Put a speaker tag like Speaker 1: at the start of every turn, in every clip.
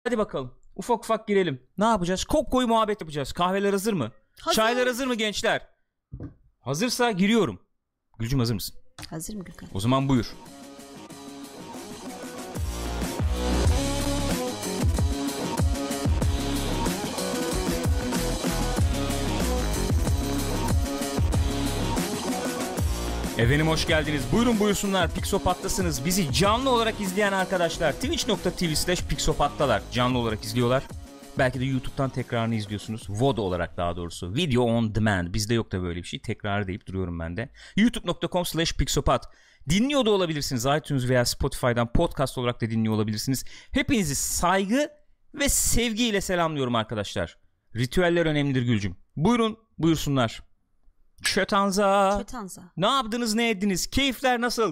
Speaker 1: Hadi bakalım. Ufak ufak girelim. Ne yapacağız? Kokkoyu muhabbet yapacağız. Kahveler hazır mı?
Speaker 2: Hazır.
Speaker 1: Çaylar hazır mı gençler? Hazırsa giriyorum. Gülcüm hazır mısın?
Speaker 2: Hazırım Gürkan.
Speaker 1: O zaman buyur. Efendim hoş geldiniz. Buyurun buyursunlar. Pixopat'tasınız. Bizi canlı olarak izleyen arkadaşlar twitch.tv/pixopat'talar. Canlı olarak izliyorlar. Belki de YouTube'dan tekrarını izliyorsunuz. VOD olarak daha doğrusu. Video on demand. Bizde yok da böyle bir şey. Tekrar deyip duruyorum ben de. youtube.com/pixopat. Dinliyor da olabilirsiniz. iTunes veya Spotify'dan podcast olarak da dinliyor olabilirsiniz. Hepinizi saygı ve sevgiyle selamlıyorum arkadaşlar. Ritüeller önemlidir Gülcüm. Buyurun buyursunlar. Çötanza. Ne yaptınız, ne ettiniz? Keyifler nasıl?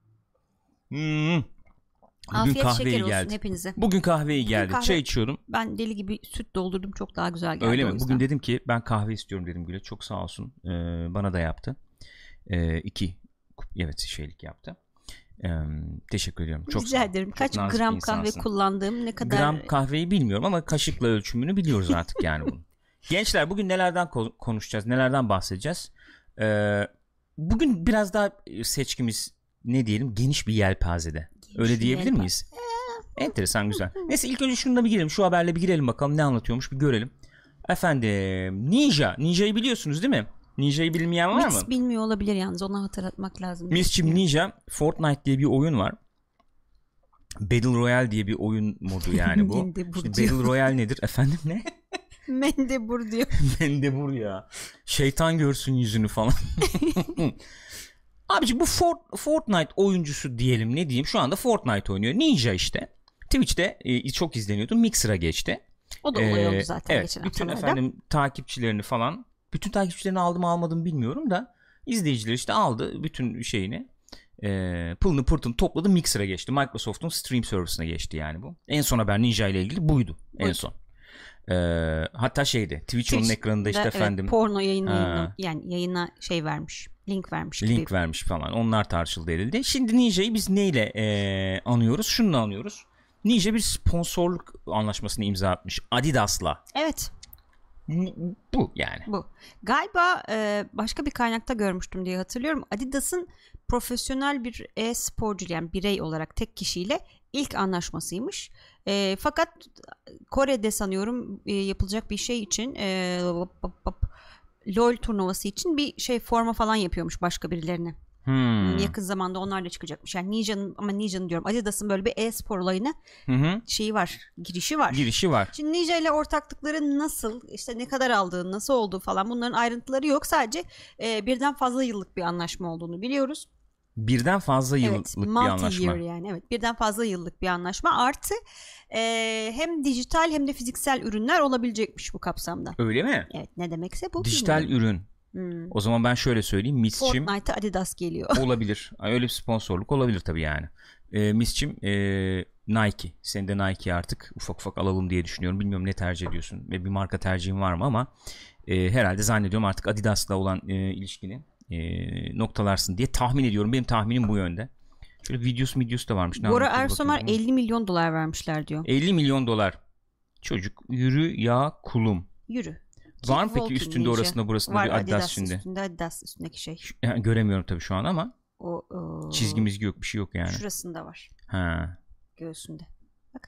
Speaker 1: Bugün
Speaker 2: afiyet
Speaker 1: kahve
Speaker 2: şeker olsun
Speaker 1: geldi.
Speaker 2: hepinize.
Speaker 1: Bugün kahve iyi geldi.
Speaker 2: kahve,
Speaker 1: çay içiyordum.
Speaker 2: Ben deli gibi süt doldurdum, çok daha güzel geldi.
Speaker 1: Öyle mi? Bugün dedim ki ben kahve istiyorum dedim Gül'e. Çok sağ olsun. Bana da yaptı. 2 şeylik yaptı. Teşekkür ediyorum. Çok
Speaker 2: rica ederim. Kaç gram kahve kullandığım, ne kadar...
Speaker 1: Gram kahveyi bilmiyorum ama kaşıkla ölçümünü biliyoruz artık yani bunun. Gençler bugün nelerden konuşacağız, nelerden bahsedeceğiz? Bugün biraz daha seçkimiz ne diyelim, geniş bir yelpazede. Öyle diyebilir miyiz? Enteresan, güzel. Neyse ilk önce şununla bir girelim, şu haberle bir girelim bakalım ne anlatıyormuş bir görelim. Efendim Ninja'yı biliyorsunuz değil mi? Ninja'yı bilmeyen var mı?
Speaker 2: Bilmiyor olabilir yalnız, ona hatırlatmak lazım.
Speaker 1: Mischief Ninja, Fortnite diye bir oyun var. Battle Royale diye bir oyun modu yani bu. İşte Battle Royale nedir? Efendim ne?
Speaker 2: Mendebur diyor.
Speaker 1: Mendebur ya. Şeytan görsün yüzünü falan. Abiciğim bu Fortnite oyuncusu diyelim, ne diyeyim, şu anda Fortnite oynuyor. Ninja işte. Twitch'te çok izleniyordu. Mixer'a geçti.
Speaker 2: O da olay oldu zaten
Speaker 1: evet,
Speaker 2: geçen
Speaker 1: bütün
Speaker 2: haftalarda.
Speaker 1: takipçilerini falan. Bütün takipçilerini aldım almadım bilmiyorum da izleyiciler işte aldı bütün şeyini. Pılını pırtını topladı, Mixer'a geçti. Microsoft'un stream servisine geçti yani bu. En son haber Ninja ile ilgili buydu. En son. Hatta Twitch onun ekranında işte efendim
Speaker 2: porno yayını yani yayına vermiş, link
Speaker 1: vermiş falan, onlar tartışıldı edildi. Şimdi Ninja'yı biz neyle anıyoruz? Şununla anıyoruz. Ninja bir sponsorluk anlaşmasını imza atmış Adidas'la.
Speaker 2: Evet.
Speaker 1: Bu yani.
Speaker 2: Bu. Galiba başka bir kaynakta görmüştüm diye hatırlıyorum. Adidas'ın profesyonel bir e-sporcu, yani birey olarak tek kişiyle ilk anlaşmasıymış. Fakat Kore'de sanıyorum yapılacak bir şey için LoL turnuvası için bir forma falan yapıyormuş başka birilerine. Yakın zamanda onlar da çıkacakmış. Yani Ninja'nın diyorum, Adidas'ın böyle bir e-spor olayına girişi var. Şimdi Ninja ile ortaklıkları nasıl, işte ne kadar aldığı, nasıl olduğu falan, bunların ayrıntıları yok. Sadece birden fazla yıllık bir anlaşma olduğunu biliyoruz.
Speaker 1: Birden fazla yıllık bir anlaşma.
Speaker 2: Yani evet, birden fazla yıllık bir anlaşma, artı hem dijital hem de fiziksel ürünler olabilecekmiş bu kapsamda.
Speaker 1: Öyle mi?
Speaker 2: Evet, ne demekse bu.
Speaker 1: Dijital ürün. O zaman ben şöyle söyleyeyim, Mischief
Speaker 2: Fortnite'a Adidas geliyor.
Speaker 1: Olabilir. Öyle bir sponsorluk olabilir tabii yani. Mischief Nike. Sen de Nike artık ufak ufak alalım diye düşünüyorum. Bilmiyorum ne tercih ediyorsun ve bir marka tercihin var mı ama herhalde zannediyorum artık Adidas'la olan ilişkini noktalarsın diye tahmin ediyorum. Benim tahminim bu yönde. Şöyle videosu da varmış.
Speaker 2: Bora Ersomer 50 milyon dolar vermişler diyor.
Speaker 1: 50 milyon dolar. Çocuk yürü ya kulum.
Speaker 2: Yürü.
Speaker 1: Var mı peki üstünde orasında burasında
Speaker 2: var,
Speaker 1: bir Adidas şimdi?
Speaker 2: Üstünde Adidas üstündeki şey.
Speaker 1: Yani göremiyorum tabii şu an ama çizgimiz yok, bir şey yok yani.
Speaker 2: Şurasında var. Göğsünde. Bak.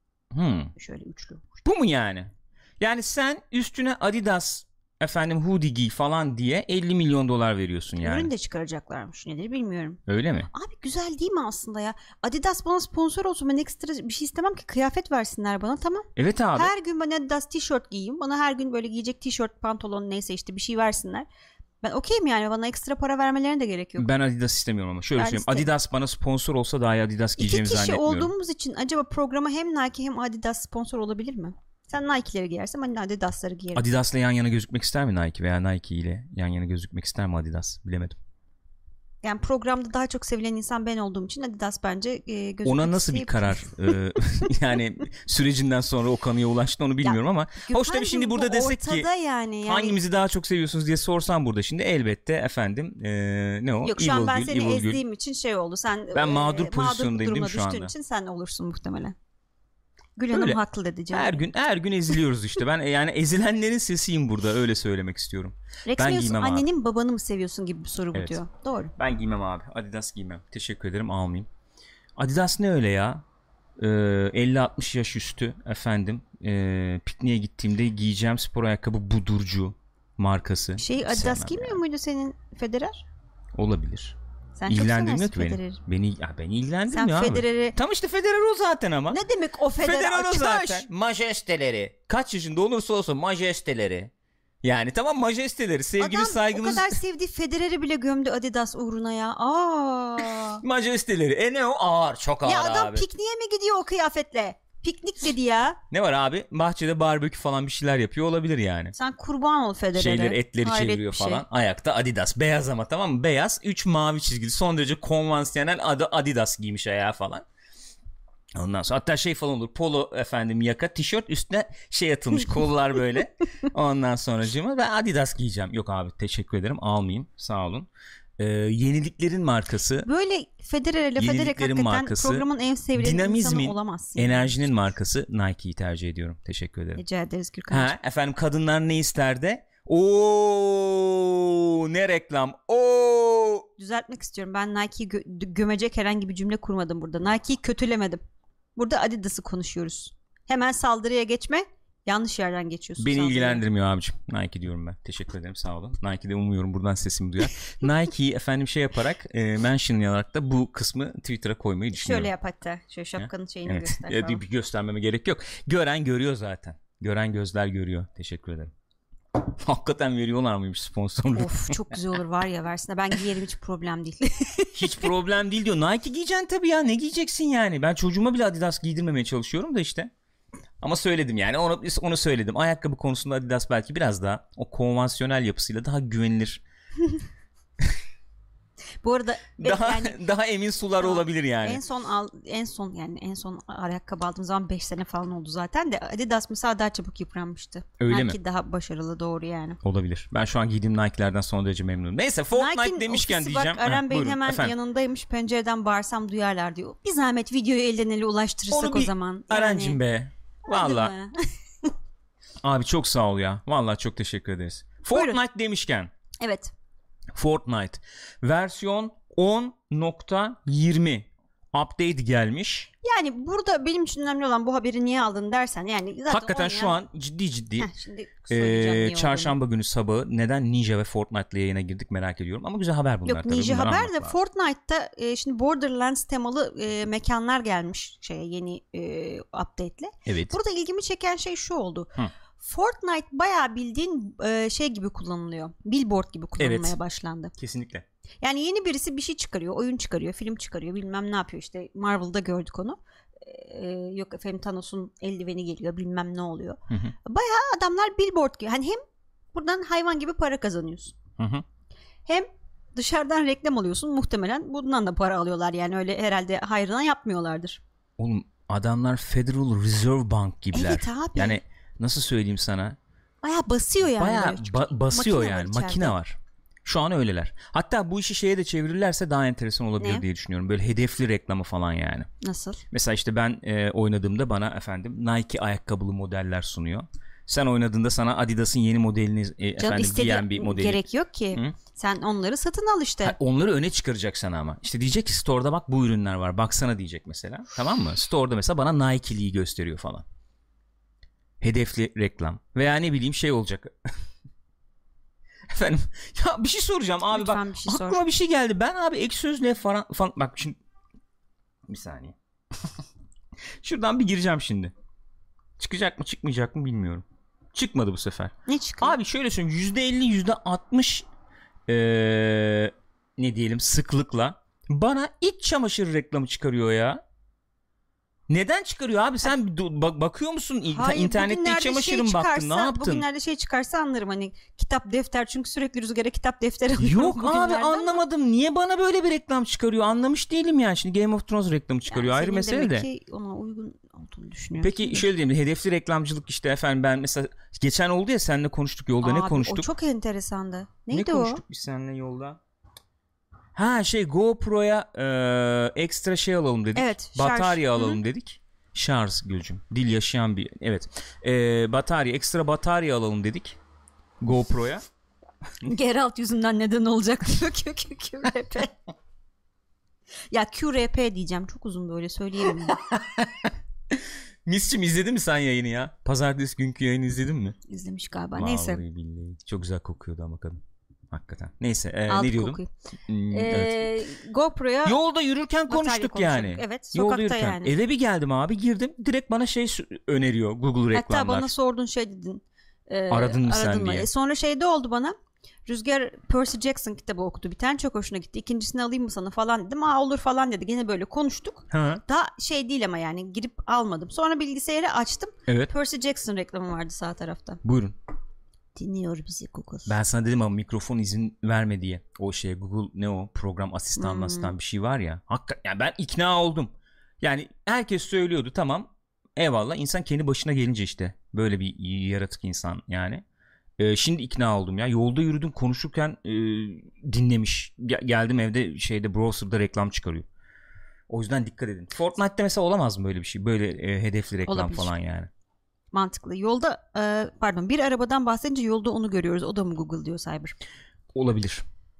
Speaker 2: Şöyle üçlü.
Speaker 1: Bu mu yani? Yani sen üstüne Adidas hoodie giy falan diye 50 milyon dolar veriyorsun yani.
Speaker 2: Ürün de çıkaracaklarmış. Nedir bilmiyorum.
Speaker 1: Öyle mi?
Speaker 2: Abi güzel değil mi aslında ya? Adidas bana sponsor olsun, ben ekstra bir şey istemem ki, kıyafet versinler bana, tamam.
Speaker 1: Evet abi.
Speaker 2: Her gün ben Adidas tişört giyeyim. Bana her gün böyle giyecek tişört, pantolon, neyse işte bir şey versinler. Ben okeyim yani, bana ekstra para vermelerine de gerek yok.
Speaker 1: Ben Adidas istemiyorum ama şöyle söyleyeyim. Adidas bana sponsor olsa daha iyi Adidas giyeceğimi zannetmiyorum.
Speaker 2: İki kişi olduğumuz için acaba programa hem Nike hem Adidas sponsor olabilir mi? Sen Nike'leri giyersen ben Adidas'ları giyerim.
Speaker 1: Adidas'la yan yana gözükmek ister mi Nike, veya Nike ile yan yana gözükmek ister mi Adidas? Bilemedim.
Speaker 2: Yani programda daha çok sevilen insan ben olduğum için Adidas bence gözükmek
Speaker 1: ona nasıl bir karar yani sürecinden sonra o kanıya ulaştı onu bilmiyorum ama hoş tabii şimdi burada desek ki
Speaker 2: yani
Speaker 1: hangimizi daha çok seviyorsunuz diye sorsam burada şimdi elbette efendim ne o?
Speaker 2: Yok, şu an ben seni ezdiğim için oldu. Ben
Speaker 1: mağdur pozisyondayım değil mi şu anda?
Speaker 2: için sen olursun muhtemelen. Gül Hanım haklı dedi canım.
Speaker 1: Her gün eziliyoruz işte. Ben yani ezilenlerin sesiyim burada, öyle söylemek istiyorum.
Speaker 2: Rex ben giymem abi. Annenin babanı mı seviyorsun gibi bir soru bu diyor. Doğru.
Speaker 1: Ben giymem abi. Adidas giymem. Teşekkür ederim, almayayım. Adidas ne öyle ya? 50-60 yaş üstü efendim. Pikniğe gittiğimde giyeceğim spor ayakkabı budurcu markası.
Speaker 2: Adidas giymiyor muydu senin Federer?
Speaker 1: Olabilir.
Speaker 2: Sen İlgilendirmiyor ki
Speaker 1: beni ilgilendirmiyor abi.
Speaker 2: Federer'i...
Speaker 1: Tam işte Federer o zaten ama.
Speaker 2: Ne demek o Federer?
Speaker 1: Federer o zaten. Majesteleri. Kaç yaşında olursa olsun majesteleri. Yani tamam, majesteleri, sevgimiz, saygımız.
Speaker 2: Adam o kadar sevdiği Federer'i bile gömdü Adidas uğruna ya.
Speaker 1: Majesteleri. Ne o? Ağır, çok ağır abi.
Speaker 2: Ya adam
Speaker 1: abi.
Speaker 2: pikniğe mi gidiyor o kıyafetle? Piknik dedi ya.
Speaker 1: Ne var abi? Bahçede barbekü falan bir şeyler yapıyor olabilir yani.
Speaker 2: Sen kurban ol Federer'e.
Speaker 1: Etleri çeviriyor falan. Ayakta Adidas. Beyaz ama, tamam mı? Beyaz. 3 mavi çizgili. Son derece konvansiyonel Adidas giymiş ayağı falan. Ondan sonra hatta falan olur. Polo efendim yaka, tişört, üstüne atılmış kollar böyle. Ondan sonracığıma ben Adidas giyeceğim. Yok abi, teşekkür ederim, almayayım. Sağ olun. Yeniliklerin markası.
Speaker 2: Böyle Federer hakikaten markası, programın en sevilen insanı olamazsın.
Speaker 1: Enerjinin markası Nike'yi tercih ediyorum. Teşekkür ederim.
Speaker 2: Rica ederiz Gürkan'cığım.
Speaker 1: Efendim, kadınlar ne ister de? Ne reklam.
Speaker 2: Düzeltmek istiyorum. Ben Nike'yi gömecek herhangi bir cümle kurmadım burada. Nike'yi kötülemedim. Burada Adidas'ı konuşuyoruz. Hemen saldırıya geçme. Yanlış yerden geçiyorsun.
Speaker 1: Beni ilgilendirmiyor abicim. Nike diyorum ben. Teşekkür ederim, sağ olun. Nike'de umuyorum buradan sesimi duyar. Nike'yi efendim yaparak mentionlayarak da bu kısmı Twitter'a koymayı düşünüyorum.
Speaker 2: Şöyle yap hatta. Şöyle şapkanın şeyini göster.
Speaker 1: Bir göstermeme gerek yok. Gören görüyor zaten. Gören gözler görüyor. Teşekkür ederim. Hakikaten veriyorlar mıymış sponsorluk?
Speaker 2: Of, çok güzel olur var ya, versene, ben giyerim, hiç problem değil.
Speaker 1: Hiç problem değil diyor. Nike giyeceksin tabii ya, ne giyeceksin yani? Ben çocuğuma bile Adidas giydirmemeye çalışıyorum da işte. Ama söyledim yani, onu söyledim. Ayakkabı konusunda Adidas belki biraz daha o konvansiyonel yapısıyla daha güvenilir.
Speaker 2: Bu arada
Speaker 1: daha emin sular olabilir yani.
Speaker 2: En son ayakkabı aldığım zaman 5 sene falan oldu zaten de Adidas mesela daha çabuk yıpranmıştı.
Speaker 1: Öyle
Speaker 2: Nike
Speaker 1: mi?
Speaker 2: daha başarılı, doğru yani.
Speaker 1: Olabilir. Ben şu an giydiğim Nike'lerden son derece memnunum. Neyse, Fortnite demişken diyeceğim.
Speaker 2: Bak, Eren Bey'in hemen yanındaymış. Pencereden bağırsam duyarlar diyor. Bir zahmet videoyu elden ele ulaştırırsak o zaman.
Speaker 1: Eren'cim be. Vallahi. Abi çok sağ ol ya. Vallahi çok teşekkür ederiz. Fortnite demişken.
Speaker 2: Evet.
Speaker 1: Fortnite versiyon 10.20 update gelmiş.
Speaker 2: Yani burada benim için önemli olan, bu haberi niye aldın dersen, yani zaten
Speaker 1: hakikaten şu an ciddi çarşamba günü sabahı neden Ninja ve Fortnite'la yayına girdik merak ediyorum, ama güzel haber bunlar.
Speaker 2: Yok, Ninja haber de Fortnite'ta şimdi Borderlands temalı mekanlar gelmiş yeni update'le.
Speaker 1: Evet.
Speaker 2: Burada ilgimi çeken şey şu oldu. Fortnite bayağı bildiğin gibi kullanılıyor. Billboard gibi kullanılmaya başlandı.
Speaker 1: Kesinlikle.
Speaker 2: Yani yeni birisi bir şey çıkarıyor, oyun çıkarıyor, film çıkarıyor, bilmem ne yapıyor, işte Marvel'da gördük onu. Yok efendim, Thanos'un eldiveni geliyor, bilmem ne oluyor. Bayağı adamlar billboard gibi. Hani hem buradan hayvan gibi para kazanıyorsun. Hem dışarıdan reklam alıyorsun, muhtemelen bundan da para alıyorlar, yani öyle herhalde hayrına yapmıyorlardır.
Speaker 1: Oğlum, adamlar Federal Reserve Bank gibiler.
Speaker 2: Evet abi.
Speaker 1: Yani nasıl söyleyeyim sana?
Speaker 2: Bayağı basıyor yani.
Speaker 1: Bayağı basıyor yani. Makine var. Şu an öyleler. Hatta bu işi de çevirirlerse daha enteresan olabilir diye düşünüyorum. Böyle hedefli reklamı falan yani.
Speaker 2: Nasıl?
Speaker 1: Mesela işte ben oynadığımda bana efendim Nike ayakkabılı modeller sunuyor. Sen oynadığında sana Adidas'ın yeni modelini giyen bir modeli.
Speaker 2: Gerek yok ki. Hı? Sen onları satın al işte.
Speaker 1: Onları öne çıkaracak sana ama. İşte diyecek ki store'da bak bu ürünler var. Baksana diyecek mesela. Tamam mı? Store'da mesela bana Nike'liği gösteriyor falan. Hedefli reklam. Veya ne bileyim olacak. Efendim ya bir şey soracağım abi.
Speaker 2: Lütfen
Speaker 1: bak aklıma bir şey geldi. Ben abi ek sözlüğe falan bak şimdi bir saniye. Şuradan bir gireceğim şimdi. Çıkacak mı çıkmayacak mı bilmiyorum. Çıkmadı bu sefer.
Speaker 2: Ne çıkıyor?
Speaker 1: Abi şöyle söyleyeyim, %50 %60 ne diyelim sıklıkla bana iç çamaşır reklamı çıkarıyor ya. Neden çıkarıyor abi? Sen bakıyor musun? İnternette iç çamaşırı mı baktın? Ne yaptın?
Speaker 2: Bugünlerde çıkarsa anlarım, hani kitap defter, çünkü sürekli rüzgara kitap defter alıyorum.
Speaker 1: Yok abi, anlamadım. Niye bana böyle bir reklam çıkarıyor? Anlamış değilim yani. Şimdi Game of Thrones reklamı çıkarıyor, ayrı mesele de.
Speaker 2: Senin demek ki ona uygun olduğunu düşünüyorum.
Speaker 1: Peki şöyle diyeyim, hedefli reklamcılık işte efendim, ben mesela geçen oldu ya, seninle konuştuk yolda. Abi, ne konuştuk?
Speaker 2: O çok enteresandı. Neydi
Speaker 1: ne konuştuk biz seninle yolda? GoPro'ya ekstra alalım dedik.
Speaker 2: Evet,
Speaker 1: batarya alalım dedik. Şarj Gülcüm. Dil yaşayan bir. Evet. Batarya. Ekstra batarya alalım dedik. GoPro'ya.
Speaker 2: Geralt yüzünden neden olacak diyor QRP. Ya QRP diyeceğim. Çok uzun böyle söyleyemem.
Speaker 1: Misçim izledin mi sen yayını ya? Pazartesi günkü yayını izledin mi?
Speaker 2: İzlemiş galiba.
Speaker 1: Vallahi
Speaker 2: neyse.
Speaker 1: Billahi. Çok güzel kokuyordu ama kadın. Hakikaten. Neyse.
Speaker 2: Aldık
Speaker 1: ne diyordum?
Speaker 2: kokuyu.
Speaker 1: Evet.
Speaker 2: GoPro'ya
Speaker 1: yolda yürürken konuştuk yani.
Speaker 2: Evet, sokakta yani.
Speaker 1: Eve bir geldim abi, girdim. Direkt bana şey öneriyor Google reklamlar.
Speaker 2: Hatta bana sordun şey dedin.
Speaker 1: Aradın mı sen diye.
Speaker 2: Sonra şeyde oldu bana. Rüzgar Percy Jackson kitabı okudu. Bir tane çok hoşuna gitti. İkincisini alayım mı sana falan dedim. Olur falan dedi. Gene böyle konuştuk. Daha şey değil ama yani girip almadım. Sonra bilgisayarı açtım.
Speaker 1: Evet.
Speaker 2: Percy Jackson reklamı vardı sağ tarafta.
Speaker 1: Buyurun.
Speaker 2: Dinliyor bizi Google.
Speaker 1: Ben sana dedim ama mikrofon izin verme diye. O şey Google ne o program asistan bir şey var ya. Hakikaten yani ben ikna oldum. Yani herkes söylüyordu, tamam. Eyvallah, insan kendi başına gelince işte böyle bir yaratık insan yani. Şimdi ikna oldum ya. Yolda yürüdüm, konuşurken dinlemiş. Geldim evde browser'da reklam çıkarıyor. O yüzden dikkat edin. Fortnite'te mesela olamaz mı böyle bir şey? Böyle hedefli reklam olabilir falan yani.
Speaker 2: Mantıklı. Yolda bir arabadan bahsedince yolda onu görüyoruz. O da mı Google diyor Cyber?
Speaker 1: Olabilir.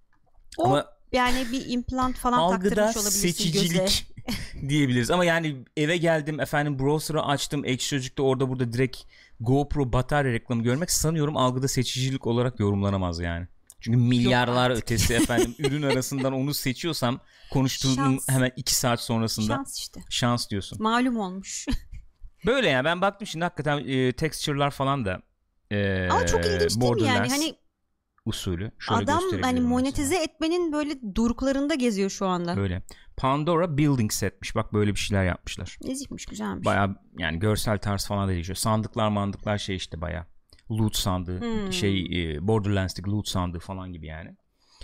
Speaker 2: Ama yani bir implant falan taktırmış olabilirsin
Speaker 1: seçicilik göze. Diyebiliriz. Ama yani eve geldim, browser'ı açtım, Ekşi Sözlük'te orada burada direkt GoPro batarya reklamı görmek sanıyorum algıda seçicilik olarak yorumlanamaz yani. Çünkü milyarlar ötesi ürün arasından onu seçiyorsam konuştuğum hemen 2 saat sonrasında.
Speaker 2: Şans işte.
Speaker 1: Şans diyorsun.
Speaker 2: Malum olmuş.
Speaker 1: Böyle yani ben baktım şimdi hakikaten texture'lar falan da
Speaker 2: ama çok ilginç değil mi yani? Hani
Speaker 1: usulü. Şöyle
Speaker 2: adam hani monetize mesela etmenin böyle duruklarında geziyor şu anda.
Speaker 1: Öyle. Pandora Building Set'miş. Bak böyle bir şeyler yapmışlar.
Speaker 2: Ezikmiş, güzelmiş.
Speaker 1: Baya yani görsel tarz falan da değişiyor. Sandıklar şey işte baya. Loot sandığı. Borderlands'taki loot sandığı falan gibi yani.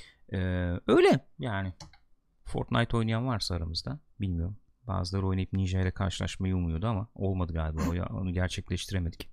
Speaker 1: Öyle yani. Fortnite oynayan varsa aramızda. Bilmiyorum. Bazıları oynayıp Ninja ile karşılaşmayı umuyordu ama olmadı galiba. Onu gerçekleştiremedik.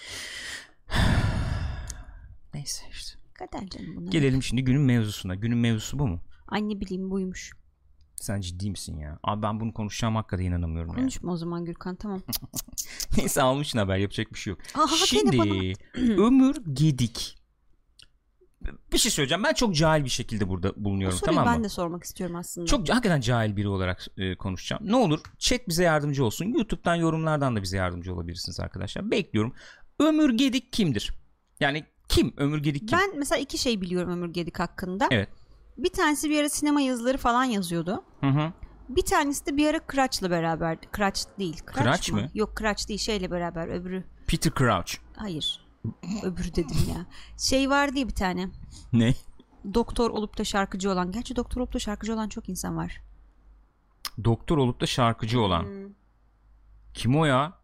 Speaker 1: Neyse işte. Gelelim şimdi günün mevzusuna. Günün mevzusu bu mu?
Speaker 2: Ay ne bileyim, buymuş.
Speaker 1: Sen ciddi misin ya? Abi ben bunu konuşacağım hakikaten inanamıyorum.
Speaker 2: Konuşma yani. O zaman Gürkan, tamam.
Speaker 1: Neyse, almışsın haber, yapacak bir şey yok. Şimdi Ömür Gedik. Bir şey söyleyeceğim. Ben çok cahil bir şekilde burada bulunuyorum, tamam mı?
Speaker 2: Ben de sormak istiyorum aslında.
Speaker 1: Çok hakikaten cahil biri olarak konuşacağım. Ne olur chat bize yardımcı olsun. YouTube'dan, yorumlardan da bize yardımcı olabilirsiniz arkadaşlar. Bekliyorum. Ömür Gedik kimdir? Yani kim? Ömür Gedik kim?
Speaker 2: Ben mesela 2 şey biliyorum Ömür Gedik hakkında.
Speaker 1: Evet.
Speaker 2: Bir tanesi bir ara sinema yazıları falan yazıyordu.
Speaker 1: Hı.
Speaker 2: Bir tanesi de bir ara Crouch'la beraber. Crouch değil.
Speaker 1: Crouch mı?
Speaker 2: Yok, Crouch değil, şeyle beraber, öbürü.
Speaker 1: Peter Crouch.
Speaker 2: Hayır. Öbürü dedim ya. Şey vardı ya bir tane.
Speaker 1: Ne?
Speaker 2: Doktor olup da şarkıcı olan. Gerçi doktor olup da şarkıcı olan çok insan var.
Speaker 1: Doktor olup da şarkıcı olan. Kim o ya?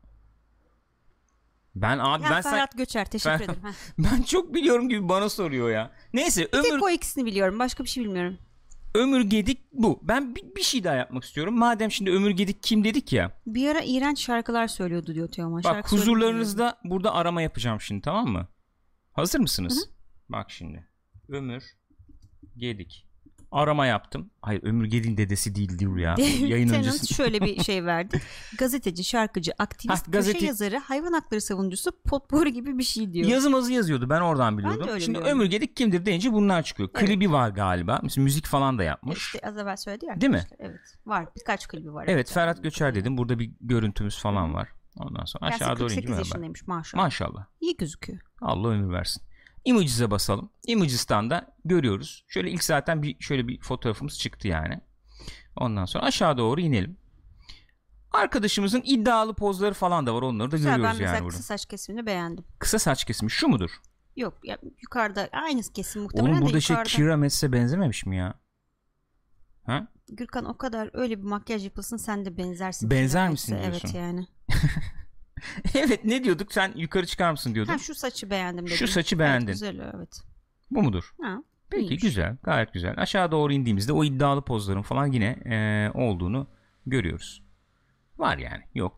Speaker 1: Ben
Speaker 2: Ferhat Göçer, teşekkür ederim.
Speaker 1: Ben çok biliyorum gibi bana soruyor ya. Neyse,
Speaker 2: bir tek o ikisini biliyorum. Başka bir şey bilmiyorum.
Speaker 1: Ömür Gedik bu. Ben bir şey daha yapmak istiyorum. Madem şimdi Ömür Gedik kim dedik ya.
Speaker 2: Bir ara iğrenç şarkılar söylüyordu diyor Teoman.
Speaker 1: Bak huzurlarınızda burada arama yapacağım şimdi, tamam mı? Hazır mısınız? Hı-hı. Bak şimdi. Ömür Gedik. Arama yaptım. Hayır, Ömür Gedik'in dedesi değil diyor ya. Yayın öncesi.
Speaker 2: Şöyle bir şey verdi. Gazeteci, şarkıcı, aktivist, köşe yazarı, hayvan hakları savunucusu, potpourri gibi bir şey diyor.
Speaker 1: Yazı yazıyordu. Ben oradan biliyordum. Şimdi biliyorum. Ömür Gedik kimdir deyince bunlar çıkıyor. Evet. Klibi var galiba. Mesela müzik falan da yapmış.
Speaker 2: İşte az evvel söyledi ya.
Speaker 1: Değil mi?
Speaker 2: Evet. Var. Birkaç klibi var.
Speaker 1: Evet. Ferhat Göçer dedim. Burada bir görüntümüz falan var. Ondan sonra aşağı doğru ince
Speaker 2: 48 yaşındaymış maşallah.
Speaker 1: Maşallah.
Speaker 2: İyi gözüküyor.
Speaker 1: Allah ömür versin. Images'e basalım. Images'tan da görüyoruz. Şöyle ilk zaten şöyle bir fotoğrafımız çıktı yani. Ondan sonra aşağı doğru inelim. Arkadaşımızın iddialı pozları falan da var. Onları da görüyoruz yani burada. Ben mesela
Speaker 2: kısa saç kesimini beğendim.
Speaker 1: Kısa saç kesimi şu mudur?
Speaker 2: Yok ya, yukarıda aynı kesim muhtemelen.
Speaker 1: Oğlum burada
Speaker 2: yukarıda.
Speaker 1: Keira Metz'e benzememiş mi ya? Ha?
Speaker 2: Gürkan, o kadar öyle bir makyaj yapılsın sen de benzersin.
Speaker 1: Benzer misin diyorsun?
Speaker 2: Evet yani.
Speaker 1: Evet, ne diyorduk? Sen yukarı çıkar mısın diyordun.
Speaker 2: Şu saçı beğendim dedim.
Speaker 1: Şu saçı beğendin. Evet,
Speaker 2: güzel, evet.
Speaker 1: Bu mudur? Peki, iyiymiş. Güzel, gayet güzel. Aşağı doğru indiğimizde o iddialı pozların falan yine olduğunu görüyoruz. Var yani, yok değil.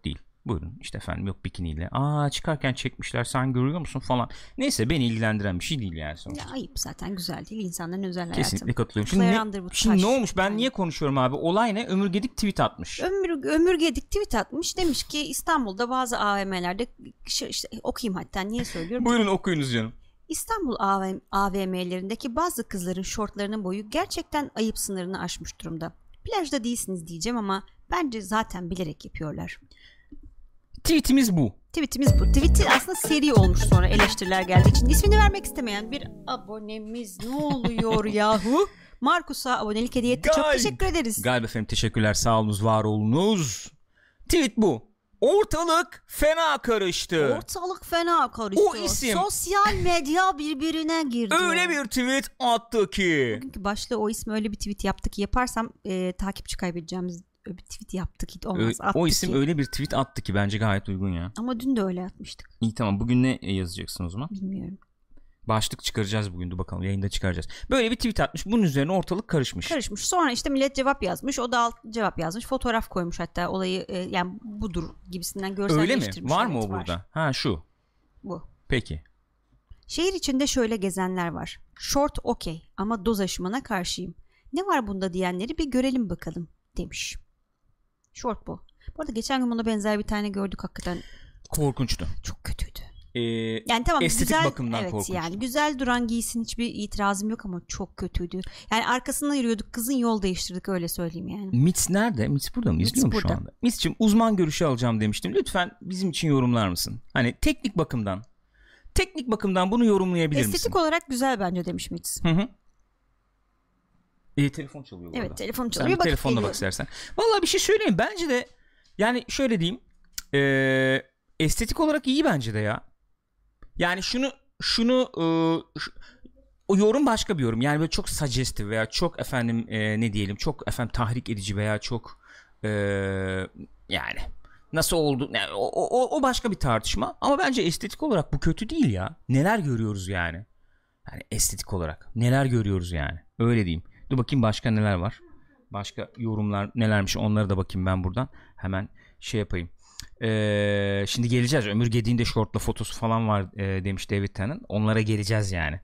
Speaker 1: Buyurun işte efendim, yok bikiniyle. Çıkarken çekmişler, sen görüyor musun falan. Neyse, beni ilgilendiren bir şey değil yani sonuçta.
Speaker 2: Ya ayıp zaten, güzel değil insanların özel hayatı.
Speaker 1: Kesinlikle katılıyorum. Şimdi ne olmuş, ben niye konuşuyorum abi? Olay ne? Ömür Gedik tweet atmış.
Speaker 2: Ömür Gedik tweet atmış. Demiş ki İstanbul'da bazı AVM'lerde işte okuyayım hatta, niye söylüyorum?
Speaker 1: Buyurun okuyunuz canım.
Speaker 2: İstanbul AVM'lerindeki bazı kızların şortlarının boyu gerçekten ayıp sınırını aşmış durumda. Plajda değilsiniz diyeceğim ama bence zaten bilerek yapıyorlar.
Speaker 1: Tweetimiz bu.
Speaker 2: Tweet'i aslında seri olmuş, sonra eleştiriler geldiği için. İsmini vermek istemeyen bir abonemiz, ne oluyor yahu? Markus'a abonelik hediye etti. Çok teşekkür ederiz.
Speaker 1: Galiba efendim, teşekkürler, sağ olunuz, var olunuz. Tweet bu. Ortalık fena karıştı. O isim.
Speaker 2: Sosyal medya birbirine girdi.
Speaker 1: Öyle bir tweet attı ki.
Speaker 2: Bugünkü başlığı o ismi öyle bir tweet yaptı ki, yaparsam takipçi kaybedeceğimiz bir tweet yaptı ki olmaz.
Speaker 1: O isim öyle bir tweet attı ki bence gayet uygun ya.
Speaker 2: Ama dün de öyle atmıştık.
Speaker 1: İyi tamam, bugün ne yazacaksın o zaman?
Speaker 2: Bilmiyorum.
Speaker 1: Başlık çıkaracağız bugün, dur bakalım, yayında çıkaracağız. Böyle bir tweet atmış, bunun üzerine ortalık karışmış.
Speaker 2: Sonra işte millet cevap yazmış, o da cevap yazmış, fotoğraf koymuş hatta, olayı yani budur gibisinden görselleştirmiş.
Speaker 1: Öyle mi? Var mı o burada?
Speaker 2: Var.
Speaker 1: Ha şu.
Speaker 2: Bu.
Speaker 1: Peki.
Speaker 2: Şehir içinde şöyle gezenler var. Short okey ama doz aşımına karşıyım. Ne var bunda diyenleri bir görelim bakalım demiş. Short bu. Bu arada geçen gün buna benzer bir tane gördük, hakikaten.
Speaker 1: Korkunçtu.
Speaker 2: Çok kötüydü.
Speaker 1: Yani tamam, estetik güzel, bakımdan
Speaker 2: evet,
Speaker 1: korkunçtu.
Speaker 2: Yani güzel duran giysin, hiçbir itirazım yok ama çok kötüydü. Yani arkasından yürüyorduk, kızın yol değiştirdik, öyle söyleyeyim yani.
Speaker 1: Mitz nerede? Mitz burada mı? İzliyor mu şu anda? Mitz'cim, uzman görüşü alacağım demiştim. Lütfen bizim için yorumlar mısın? Hani teknik bakımdan bunu yorumlayabilir misin?
Speaker 2: Estetik olarak güzel bence demiş Mitz.
Speaker 1: Telefon çalıyor.
Speaker 2: Evet, telefon çalıyor.
Speaker 1: Sen bir telefonla bak istersen. Vallahi bir şey söyleyeyim. Bence de yani şöyle diyeyim. Estetik olarak iyi bence de ya. Yani o yorum başka bir yorum. Yani böyle çok suggestive veya çok efendim ne diyelim, çok efendim tahrik edici veya çok yani nasıl oldu? Yani o başka bir tartışma. Ama bence estetik olarak bu kötü değil ya. Neler görüyoruz yani? Yani estetik olarak neler görüyoruz yani? Öyle diyeyim. Dur bakayım başka neler var. Başka yorumlar nelermiş, onlara da bakayım ben buradan. Hemen şey yapayım. Şimdi geleceğiz. Ömür Gedik'in de şortla fotosu falan var demiş David Tennant. Onlara geleceğiz yani.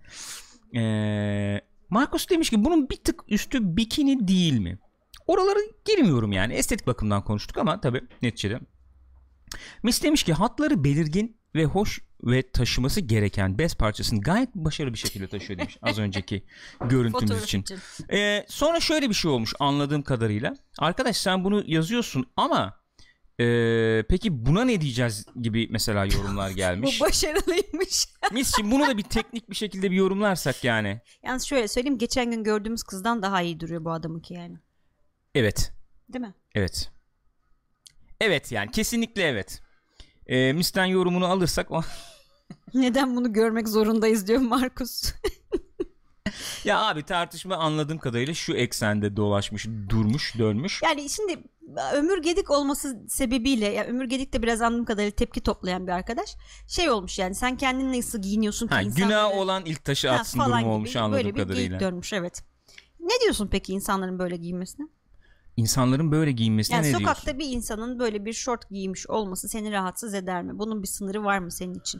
Speaker 1: Marcus demiş ki bunun bir tık üstü bikini değil mi? Oralara girmiyorum yani. Estetik bakımdan konuştuk ama tabii neticede. Miss demiş ki hatları belirgin ve hoş ve taşıması gereken bez parçasını gayet başarılı bir şekilde taşıyor demiş az önceki görüntümüz için. Sonra şöyle bir şey olmuş anladığım kadarıyla. Arkadaş sen bunu yazıyorsun ama peki buna ne diyeceğiz gibi mesela yorumlar gelmiş.
Speaker 2: Bu başarılıymış.
Speaker 1: Misciğim, bunu da bir teknik bir şekilde bir yorumlarsak yani.
Speaker 2: Yalnız şöyle söyleyeyim, geçen gün gördüğümüz kızdan daha iyi duruyor bu adamınki yani.
Speaker 1: Evet.
Speaker 2: Değil mi?
Speaker 1: Evet. Evet yani kesinlikle evet. Mis'ten yorumunu alırsak o...
Speaker 2: Neden bunu görmek zorundayız diyor Markus.
Speaker 1: Ya abi tartışma anladığım kadarıyla şu eksende dolaşmış, durmuş, dönmüş.
Speaker 2: Yani şimdi Ömür Gedik olması sebebiyle, yani Ömür Gedik de biraz anladığım kadarıyla tepki toplayan bir arkadaş. Şey olmuş yani, sen kendin nasıl giyiniyorsun ki insanları...
Speaker 1: Günah olan ilk taşı atsın durumu olmuş anladığım kadarıyla. Böyle bir geyik
Speaker 2: dönmüş, evet. Ne diyorsun peki insanların böyle giyinmesine?
Speaker 1: İnsanların böyle giyinmesine
Speaker 2: yani
Speaker 1: ne diyorsun?
Speaker 2: Sokakta bir insanın böyle bir şort giymiş olması seni rahatsız eder mi? Bunun bir sınırı var mı senin için?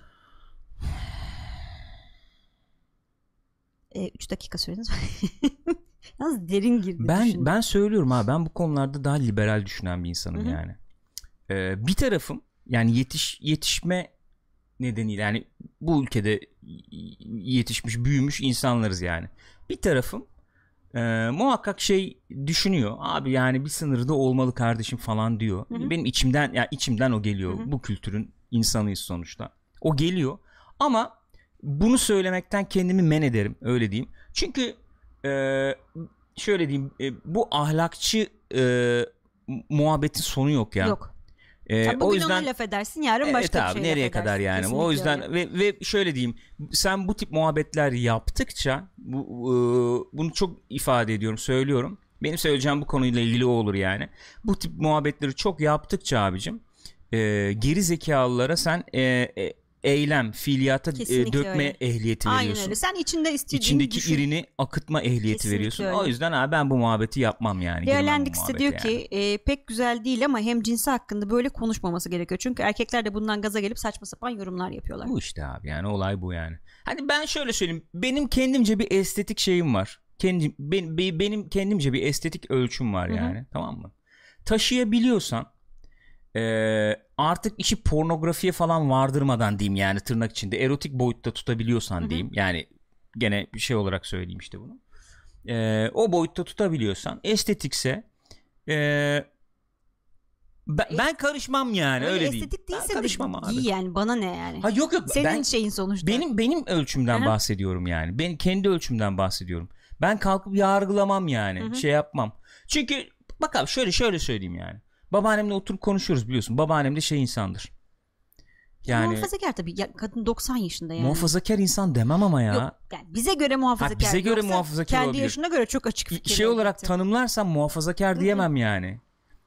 Speaker 2: 3 dakika süreniz var. Yalnız derin girdi.
Speaker 1: Ben söylüyorum ha, ben bu konularda daha liberal düşünen bir insanım. Hı-hı. Yani. Bir tarafım yani yetişme nedeniyle yani bu ülkede yetişmiş, büyümüş insanlarız yani. Bir tarafım muhakkak şey düşünüyor. Abi yani bir sınırı da olmalı kardeşim falan diyor. Hı-hı. Benim içimden o geliyor. Hı-hı. Bu kültürün insanıyız sonuçta. O geliyor. Ama bunu söylemekten kendimi men ederim, öyle diyeyim. Çünkü şöyle diyeyim, bu ahlakçı muhabbetin sonu yok ya.
Speaker 2: Yok. Bugün o yüzden ona laf edersin, yarın başka bir şey
Speaker 1: nereye
Speaker 2: laf
Speaker 1: kadar yani. Kesinlikle o yüzden ve şöyle diyeyim, sen bu tip muhabbetler yaptıkça bunu çok ifade ediyorum, söylüyorum. Benim söyleyeceğim bu konuyla ilgili o olur yani. Bu tip muhabbetleri çok yaptıkça abicim geri zekalılara sen eylem, fiiliyata dökme
Speaker 2: öyle.
Speaker 1: Ehliyeti
Speaker 2: aynen
Speaker 1: veriyorsun.
Speaker 2: Aynen öyle. Sen
Speaker 1: İçindeki irini akıtma ehliyeti kesinlikle veriyorsun. Öyle. O yüzden ben bu muhabbeti yapmam yani.
Speaker 2: Leolandix de diyor ki pek güzel değil ama hem cinsi hakkında böyle konuşmaması gerekiyor. Çünkü erkekler de bundan gaza gelip saçma sapan yorumlar yapıyorlar.
Speaker 1: Bu işte abi, yani olay bu yani. Hani ben şöyle söyleyeyim, benim kendimce bir estetik şeyim var. Benim kendimce bir estetik ölçüm var yani. Hı-hı. Tamam mı? Taşıyabiliyorsan artık işi pornografiye falan vardırmadan diyeyim, yani tırnak içinde erotik boyutta tutabiliyorsan Hı-hı. diyeyim. Yani gene bir şey olarak söyleyeyim işte bunu. O boyutta tutabiliyorsan, estetikse ben karışmam yani, öyle diyeyim.
Speaker 2: Estetik değilse
Speaker 1: ben karışmam abi.
Speaker 2: İyi yani, bana ne yani.
Speaker 1: Ha yok
Speaker 2: senin şeyin sonuçta.
Speaker 1: Benim ölçümden Hı-hı. bahsediyorum yani. Ben kendi ölçümden bahsediyorum. Ben kalkıp yargılamam yani. Hı-hı. Şey yapmam. Çünkü bak abi şöyle söyleyeyim yani. Babaannemle oturup konuşuyoruz, biliyorsun. Babaannem de şey insandır.
Speaker 2: Yani muhafazakar tabii. Ya, kadın 90 yaşında yani.
Speaker 1: Muhafazakar insan demem ama ya.
Speaker 2: Yok, yani bize göre muhafazakar.
Speaker 1: Bize göre muhafazakar
Speaker 2: kendi
Speaker 1: olabilir.
Speaker 2: yaşına göre çok açık fikirli.
Speaker 1: Şey olarak tanımlarsam muhafazakar diyemem yani.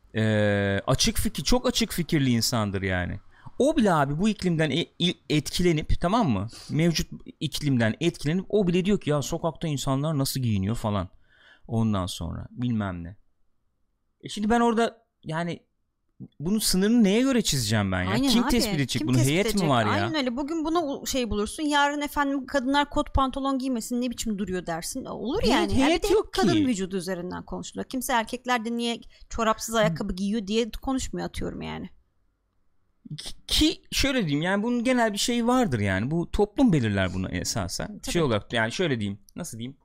Speaker 1: Çok açık fikirli insandır yani. O bile abi bu iklimden etkilenip, tamam mı? Mevcut iklimden etkilenip o bile diyor ki ya sokakta insanlar nasıl giyiniyor falan. Ondan sonra bilmem ne. Şimdi ben orada yani bunun sınırını neye göre çizeceğim ben ya?
Speaker 2: Aynen
Speaker 1: kim
Speaker 2: abi,
Speaker 1: tespit edecek?
Speaker 2: Kim
Speaker 1: bunu
Speaker 2: tespit
Speaker 1: heyet
Speaker 2: edecek?
Speaker 1: mi var ya?
Speaker 2: Aynen öyle. Bugün buna şey bulursun. Yarın efendim kadınlar kot pantolon giymesin, ne biçim duruyor dersin. Olur yani.
Speaker 1: Heyet yok
Speaker 2: kadın
Speaker 1: ki.
Speaker 2: vücudu üzerinden konuşuluyor. Kimse erkekler de niye çorapsız ayakkabı giyiyor diye konuşmuyor, atıyorum yani.
Speaker 1: Ki şöyle diyeyim, yani bunun genel bir şey vardır yani. Bu toplum belirler bunu esasen. Tabii. Şey olarak yani şöyle diyeyim. Nasıl diyeyim?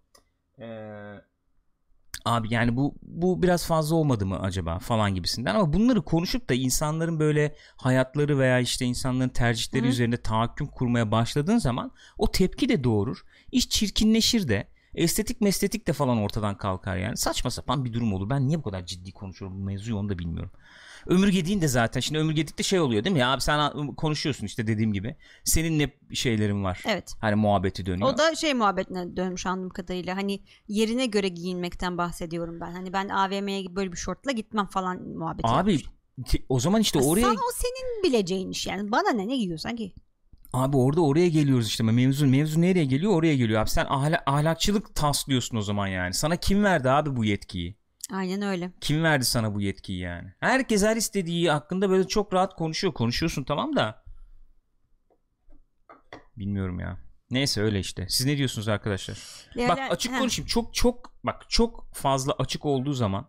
Speaker 1: Abi yani bu biraz fazla olmadı mı acaba falan gibisinden, ama bunları konuşup da insanların böyle hayatları veya işte insanların tercihleri üzerinde tahakküm kurmaya başladığın zaman o tepki de doğurur. İş çirkinleşir de, estetik de falan ortadan kalkar yani. Saçma sapan bir durum olur. Ben niye bu kadar ciddi konuşuyorum bu mevzuyu, onu da bilmiyorum. Ömürgediğin de zaten, şimdi ömürgedikte şey oluyor değil mi ya abi, sen konuşuyorsun işte dediğim gibi, senin ne şeylerin var,
Speaker 2: evet.
Speaker 1: Hani muhabbeti dönüyor.
Speaker 2: O da şey muhabbetine dönmüş anladığım kadarıyla, hani yerine göre giyinmekten bahsediyorum ben, hani ben AVM'ye böyle bir şortla gitmem falan muhabbeti
Speaker 1: abi
Speaker 2: yapmış.
Speaker 1: O zaman işte oraya,
Speaker 2: sana o senin bileceğin iş yani, bana ne giyiyorsan giy.
Speaker 1: Abi oraya geliyoruz işte, mevzu nereye geliyor, oraya geliyor abi. Sen ahlakçılık taslıyorsun o zaman yani. Sana kim verdi abi bu yetkiyi?
Speaker 2: Aynen öyle.
Speaker 1: Kim verdi sana bu yetkiyi yani? Herkes her istediği hakkında böyle çok rahat konuşuyorsun, tamam da bilmiyorum ya. Neyse öyle işte. Siz ne diyorsunuz arkadaşlar? Bak açık konuşayım. Çok fazla açık olduğu zaman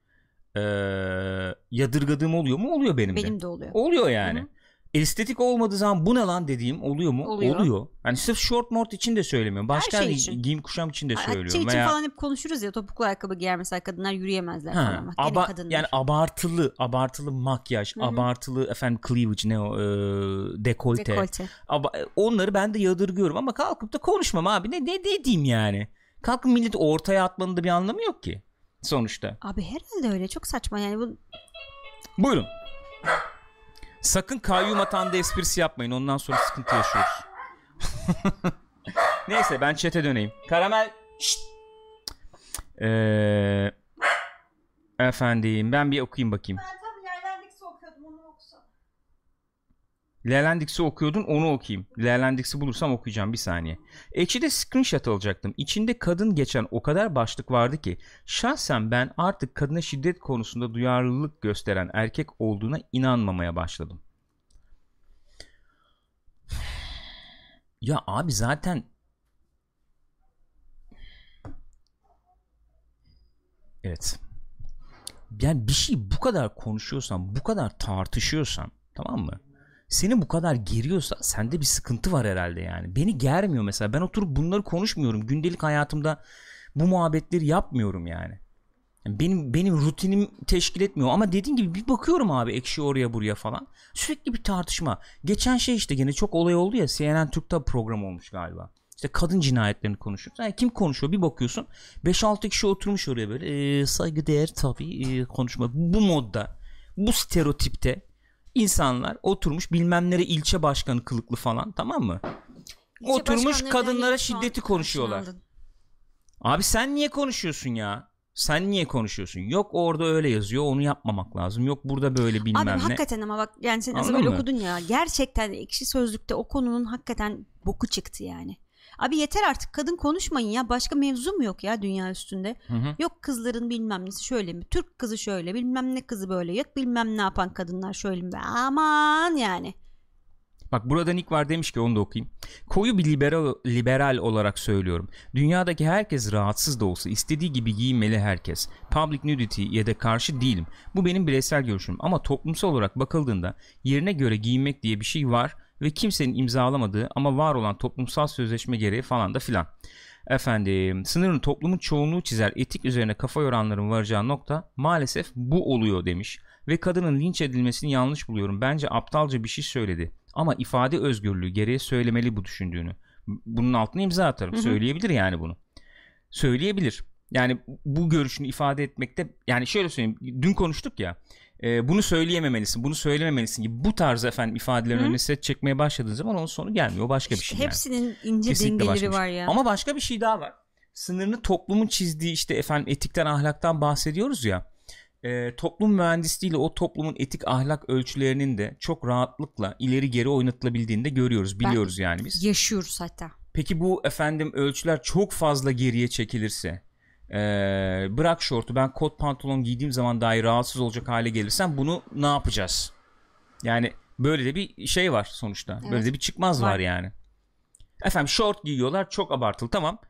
Speaker 1: yadırgadığım oluyor mu? Oluyor benim de.
Speaker 2: Benim de oluyor.
Speaker 1: Oluyor yani. Hı-hı. Estetik olmadığı zaman bu ne lan dediğim oluyor mu? Oluyor. Yani sırf short mort için de söylemiyorum. Başka giyim kuşam için de söylüyorum.
Speaker 2: Şey için falan hep konuşuruz ya, topuklu ayakkabı giyer mesela kadınlar, yürüyemezler falan. Kadınlar.
Speaker 1: Yani abartılı makyaj, Hı-hı. abartılı cleavage, ne o dekolte. Onları ben de yadırgıyorum ama kalkıp da konuşmam abi. Ne diyeyim yani? Kalkıp milleti ortaya atmanın da bir anlamı yok ki sonuçta.
Speaker 2: Abi herhalde öyle, çok saçma yani bu.
Speaker 1: Buyurun. Sakın kayyum atanda esprisi yapmayın. Ondan sonra sıkıntı yaşıyoruz. Neyse ben chat'e döneyim. Karamel. Efendim ben bir okuyayım bakayım.
Speaker 2: Ben tam Leolandix'i okuyordum, onu okusam.
Speaker 1: Leolandix'i okuyordun, onu okuyayım. Leolandix'i bulursam okuyacağım, bir saniye. Ekşi'de screenshot alacaktım. İçinde kadın geçen o kadar başlık vardı ki şahsen ben artık kadına şiddet konusunda duyarlılık gösteren erkek olduğuna inanmamaya başladım. Ya abi zaten evet. Yani bir şey bu kadar konuşuyorsan, bu kadar tartışıyorsan, tamam mı? Seni bu kadar geriyorsa sende bir sıkıntı var herhalde yani. Beni germiyor mesela. Ben oturup bunları konuşmuyorum. Gündelik hayatımda bu muhabbetleri yapmıyorum yani. Benim rutinim teşkil etmiyor. Ama dediğim gibi bir bakıyorum abi Ekşi oraya buraya falan. Sürekli bir tartışma. Geçen şey işte gene çok olay oldu ya. CNN Türk'te program olmuş galiba. İşte kadın cinayetlerini konuşuyoruz. Yani kim konuşuyor? Bir bakıyorsun 5-6 kişi oturmuş oraya böyle. Saygıdeğer tabii konuşma. Bu modda, bu stereotipte insanlar oturmuş, bilmem nere ilçe başkanı kılıklı falan, tamam mı? İlçe oturmuş kadınlara şiddeti konuşuyorlar. Abi sen niye konuşuyorsun ya? Sen niye konuşuyorsun? Yok orada öyle yazıyor, onu yapmamak lazım. Yok burada böyle bilmem ne.
Speaker 2: Abi hakikaten ama bak yani sen nasıl böyle okudun ya. Gerçekten Ekşi Sözlük'te o konunun hakikaten boku çıktı yani. Abi yeter artık, kadın konuşmayın ya. Başka mevzu mu yok ya dünya üstünde? Hı. Yok kızların bilmem nesi şöyle mi? Türk kızı şöyle, bilmem ne kızı böyle. Yok bilmem ne yapan kadınlar şöyle mi? Aman yani.
Speaker 1: Bak burada Nick var demiş ki, onu da okuyayım. Koyu bir liberal olarak söylüyorum. Dünyadaki herkes rahatsız da olsa istediği gibi giyinmeli herkes. Public nudity'ye de karşı değilim. Bu benim bireysel görüşüm. Ama toplumsal olarak bakıldığında yerine göre giyinmek diye bir şey var ve kimsenin imzalamadığı ama var olan toplumsal sözleşme gereği falan da filan. Efendim, sınırın toplumun çoğunluğu çizer etik üzerine kafa yoranların varacağı nokta maalesef bu oluyor demiş. Ve kadının linç edilmesini yanlış buluyorum. Bence aptalca bir şey söyledi. Ama ifade özgürlüğü gereği söylemeli bu düşündüğünü. Bunun altına imza atarım. Hı-hı. Söyleyebilir yani bunu. Söyleyebilir. Yani bu görüşünü ifade etmekte, yani şöyle söyleyeyim. Dün konuştuk ya. Bunu söyleyememelisin, bunu söylememelisin gibi bu tarz efendim ifadelerin önüne set çekmeye başladığın zaman onun sonu gelmiyor. O başka bir şey.
Speaker 2: Hepsinin
Speaker 1: yani.
Speaker 2: ince
Speaker 1: Kesinlikle
Speaker 2: dengeleri var ya.
Speaker 1: Ama başka bir şey daha var. Sınırını toplumun çizdiği işte efendim etikten, ahlaktan bahsediyoruz ya. Toplum mühendisliğiyle o toplumun etik ahlak ölçülerinin de çok rahatlıkla ileri geri oynatılabildiğini de görüyoruz, biliyoruz yani biz.
Speaker 2: Yaşıyoruz hatta.
Speaker 1: Peki bu efendim ölçüler çok fazla geriye çekilirse, bırak şortu, ben kot pantolon giydiğim zaman dahi rahatsız olacak hale gelirsem bunu ne yapacağız? Yani böyle de bir şey var sonuçta. Evet. Böyle de bir çıkmaz var yani. Efendim şort giyiyorlar, çok abartılı, tamam.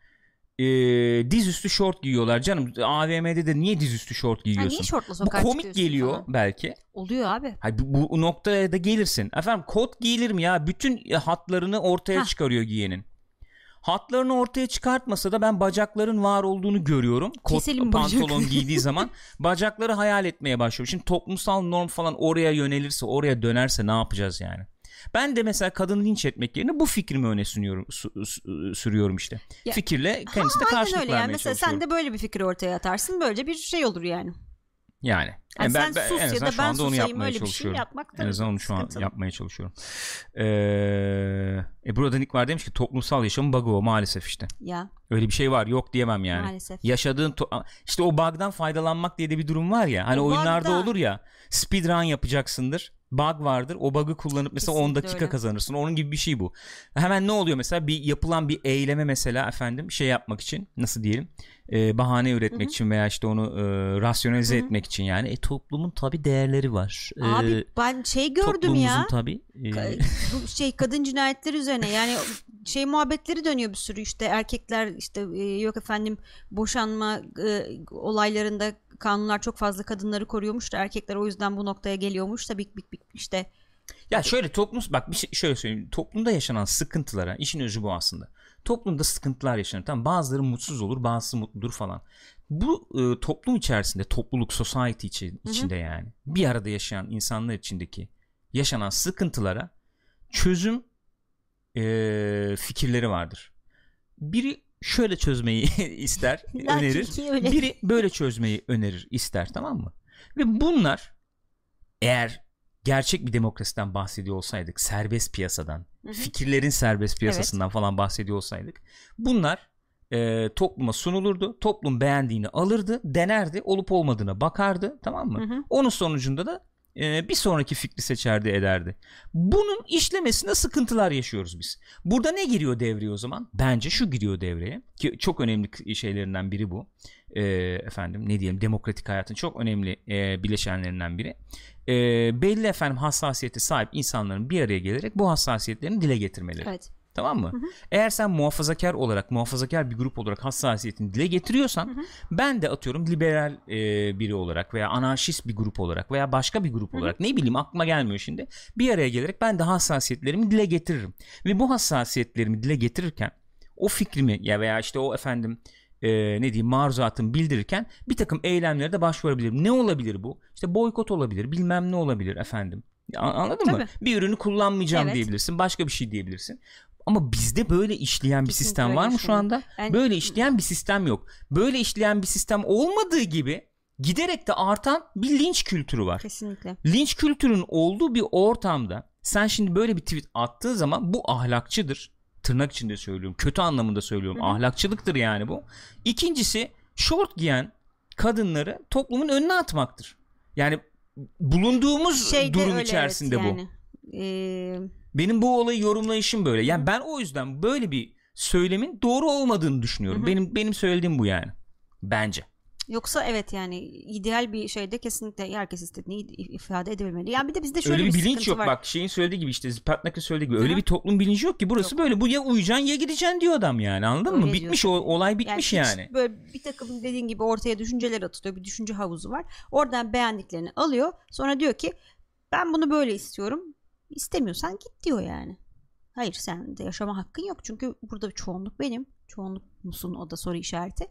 Speaker 1: Dizüstü şort giyiyorlar canım. AVM'de de niye dizüstü şort giyiyorsun?
Speaker 2: Niye şortla sokağa
Speaker 1: bu komik geliyor falan. Belki.
Speaker 2: Oluyor abi.
Speaker 1: Hayır, bu noktaya da gelirsin. Efendim kot giyilir mi ya? Bütün hatlarını ortaya çıkarıyor giyenin. Hatlarını ortaya çıkartmasa da ben bacakların var olduğunu görüyorum. Kot pantolon giydiği zaman bacakları hayal etmeye başlıyorum. Şimdi toplumsal norm falan oraya yönelirse, oraya dönerse ne yapacağız yani? Ben de mesela kadını linç etmek yerine bu fikrimi öne sürüyorum işte. Ya, fikirle kendisine karşılık vermeye
Speaker 2: yani. Mesela
Speaker 1: çalışıyorum.
Speaker 2: Sen de böyle bir fikri ortaya atarsın. Böylece bir şey olur yani.
Speaker 1: Yani
Speaker 2: sen
Speaker 1: ben
Speaker 2: sus
Speaker 1: en
Speaker 2: ya da ben susayım, öyle bir şey
Speaker 1: yapmak en azından onu şu an yapmaya çalışıyorum. Burada Nick var demiş ki toplumsal yaşamın bug'ı o maalesef işte.
Speaker 2: Ya.
Speaker 1: Öyle bir şey var, yok diyemem yani.
Speaker 2: Maalesef.
Speaker 1: Yaşadığın işte o bug'dan faydalanmak diye de bir durum var ya. Hani o oyunlarda olur ya, speedrun yapacaksındır. Bug vardır. O bug'ı kullanıp mesela kesinlikle 10 dakika öyle kazanırsın. Onun gibi bir şey bu. Hemen ne oluyor mesela? Bir yapılan bir eyleme mesela efendim şey yapmak için, nasıl diyelim? Bahane üretmek için veya işte onu rasyonalize etmek için yani. Toplumun tabii değerleri var.
Speaker 2: Abi ben şey gördüm ya.
Speaker 1: Tabii.
Speaker 2: Bu kadın cinayetleri üzerine yani muhabbetleri dönüyor bir sürü, işte erkekler işte yok efendim boşanma olaylarında kanunlar çok fazla kadınları koruyormuş da erkekler o yüzden bu noktaya geliyormuş da işte. Ya
Speaker 1: şöyle bak bir şey şöyle söyleyeyim, toplumda yaşanan sıkıntılara, işin özü bu aslında. Toplumda sıkıntılar yaşanır, tamam, bazıları mutsuz olur, bazısı mutludur falan. Bu toplum içerisinde, topluluk, society içinde yani bir arada yaşayan insanlar içindeki yaşanan sıkıntılara çözüm fikirleri vardır. Biri şöyle çözmeyi ister, önerir. Biri böyle çözmeyi önerir, ister, tamam mı? Ve bunlar, eğer gerçek bir demokrasiden bahsediyor olsaydık, serbest piyasadan, fikirlerin serbest piyasasından falan bahsediyor olsaydık, bunlar topluma sunulurdu. Toplum beğendiğini alırdı, denerdi, olup olmadığına bakardı, tamam mı? Onun sonucunda da bir sonraki fikri seçerdi, ederdi. Bunun işlemesinde sıkıntılar yaşıyoruz biz. Burada ne giriyor devreye o zaman? Bence şu giriyor devreye, ki çok önemli şeylerinden biri bu. Efendim ne diyelim, demokratik hayatın çok önemli bileşenlerinden biri. Belli efendim hassasiyete sahip insanların bir araya gelerek bu hassasiyetlerini dile getirmeleri. Evet. Tamam mı? Eğer sen muhafazakar bir grup olarak hassasiyetini dile getiriyorsan, ben de atıyorum liberal biri olarak veya anarşist bir grup olarak veya başka bir grup olarak, ne bileyim aklıma gelmiyor şimdi, bir araya gelerek ben de hassasiyetlerimi dile getiririm. Ve bu hassasiyetlerimi dile getirirken o fikrimi ya veya işte o efendim ne diyeyim maruzatımı bildirirken bir takım eylemlere de başvurabilirim. Ne olabilir bu? İşte boykot olabilir, bilmem ne olabilir efendim. Anladın mı? Bir ürünü kullanmayacağım diyebilirsin, başka bir şey diyebilirsin. Ama bizde böyle işleyen bir sistem var mı şu anda? Böyle işleyen bir sistem yok. Böyle işleyen bir sistem olmadığı gibi giderek de artan bir linç kültürü var.
Speaker 2: Kesinlikle.
Speaker 1: Linç kültürünün olduğu bir ortamda sen şimdi böyle bir tweet attığı zaman bu ahlakçıdır. Tırnak içinde söylüyorum. Kötü anlamında söylüyorum. Ahlakçılıktır yani bu. İkincisi, şort giyen kadınları toplumun önüne atmaktır. Yani bulunduğumuz durum öyle, içerisinde evet, yani. Bu. Benim bu olayı yorumlayışım böyle. Yani ben o yüzden böyle bir söylemin doğru olmadığını düşünüyorum. Benim söylediğim bu yani. Bence.
Speaker 2: Yoksa evet yani ideal bir şeyde kesinlikle herkes istediğini ifade edebilmeli. Yani bir de bizde şöyle
Speaker 1: öyle
Speaker 2: bir
Speaker 1: bilinç yok.
Speaker 2: Var.
Speaker 1: Bak şeyin söylediği gibi işte Patnak'ın söylediği gibi öyle bir toplum bilinci yok ki burası yok. Böyle bu ya uyacaksın ya gideceksin diyor adam yani, anladın öyle mı? Bitmiş olay bitmiş yani.
Speaker 2: Böyle bir takım dediğin gibi ortaya düşünceler atılıyor. Bir düşünce havuzu var. Oradan beğendiklerini alıyor. Sonra diyor ki ben bunu böyle istiyorum. İstemiyorsan git diyor yani. Hayır, sen de yaşama hakkın yok. Çünkü burada çoğunluk benim. Çoğunluk musun, o da soru işareti.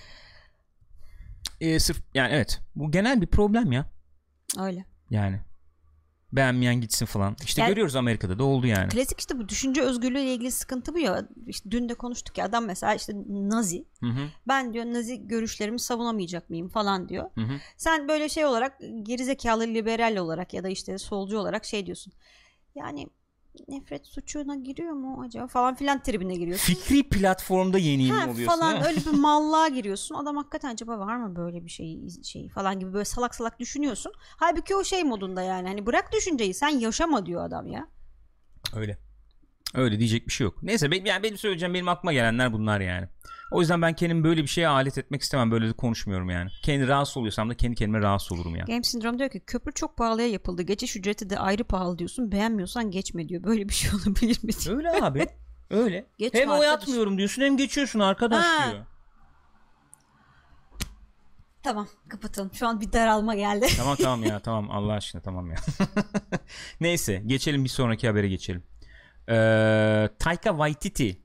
Speaker 1: Sırf yani evet. Bu genel bir problem ya.
Speaker 2: Öyle.
Speaker 1: Yani beğenmeyen gitsin falan. İşte yani, görüyoruz Amerika'da da oldu yani.
Speaker 2: Klasik işte bu düşünce özgürlüğüyle ilgili sıkıntı bu ya. İşte dün de konuştuk ya, adam mesela işte Nazi. Ben diyor Nazi görüşlerimi savunamayacak mıyım falan diyor. Sen böyle şey olarak gerizekalı liberal olarak ya da işte solcu olarak şey diyorsun. Yani nefret suçuna giriyor mu acaba falan filan tribine giriyorsun.
Speaker 1: Fikri platformda yeniyim oluyorsun
Speaker 2: falan öyle bir mallığa giriyorsun. Adam hakikaten acaba var mı böyle bir şey falan gibi böyle salak salak düşünüyorsun. Halbuki o şey modunda yani hani bırak düşünceyi, sen yaşama diyor adam ya.
Speaker 1: Öyle diyecek bir şey yok. Neyse benim söyleyeceğim, benim aklıma gelenler bunlar yani. O yüzden ben kendimi böyle bir şeye alet etmek istemem. Böyle de konuşmuyorum yani. Kendi rahatsız oluyorsam da kendi kendime rahatsız olurum ya.
Speaker 2: Game Syndrome diyor ki köprü çok pahalıya yapıldı. Geçiş ücreti de ayrı pahalı diyorsun. Beğenmiyorsan geçme diyor. Böyle bir şey olabilir mi diyor.
Speaker 1: Öyle abi. Öyle.
Speaker 2: Geçme
Speaker 1: hem oy atmıyorum diyorsun hem geçiyorsun arkadaş diyor.
Speaker 2: Tamam, kapatalım. Şu an bir daralma geldi.
Speaker 1: Tamam ya, tamam Allah aşkına, tamam ya. Neyse geçelim, bir sonraki habere geçelim. Taika Waititi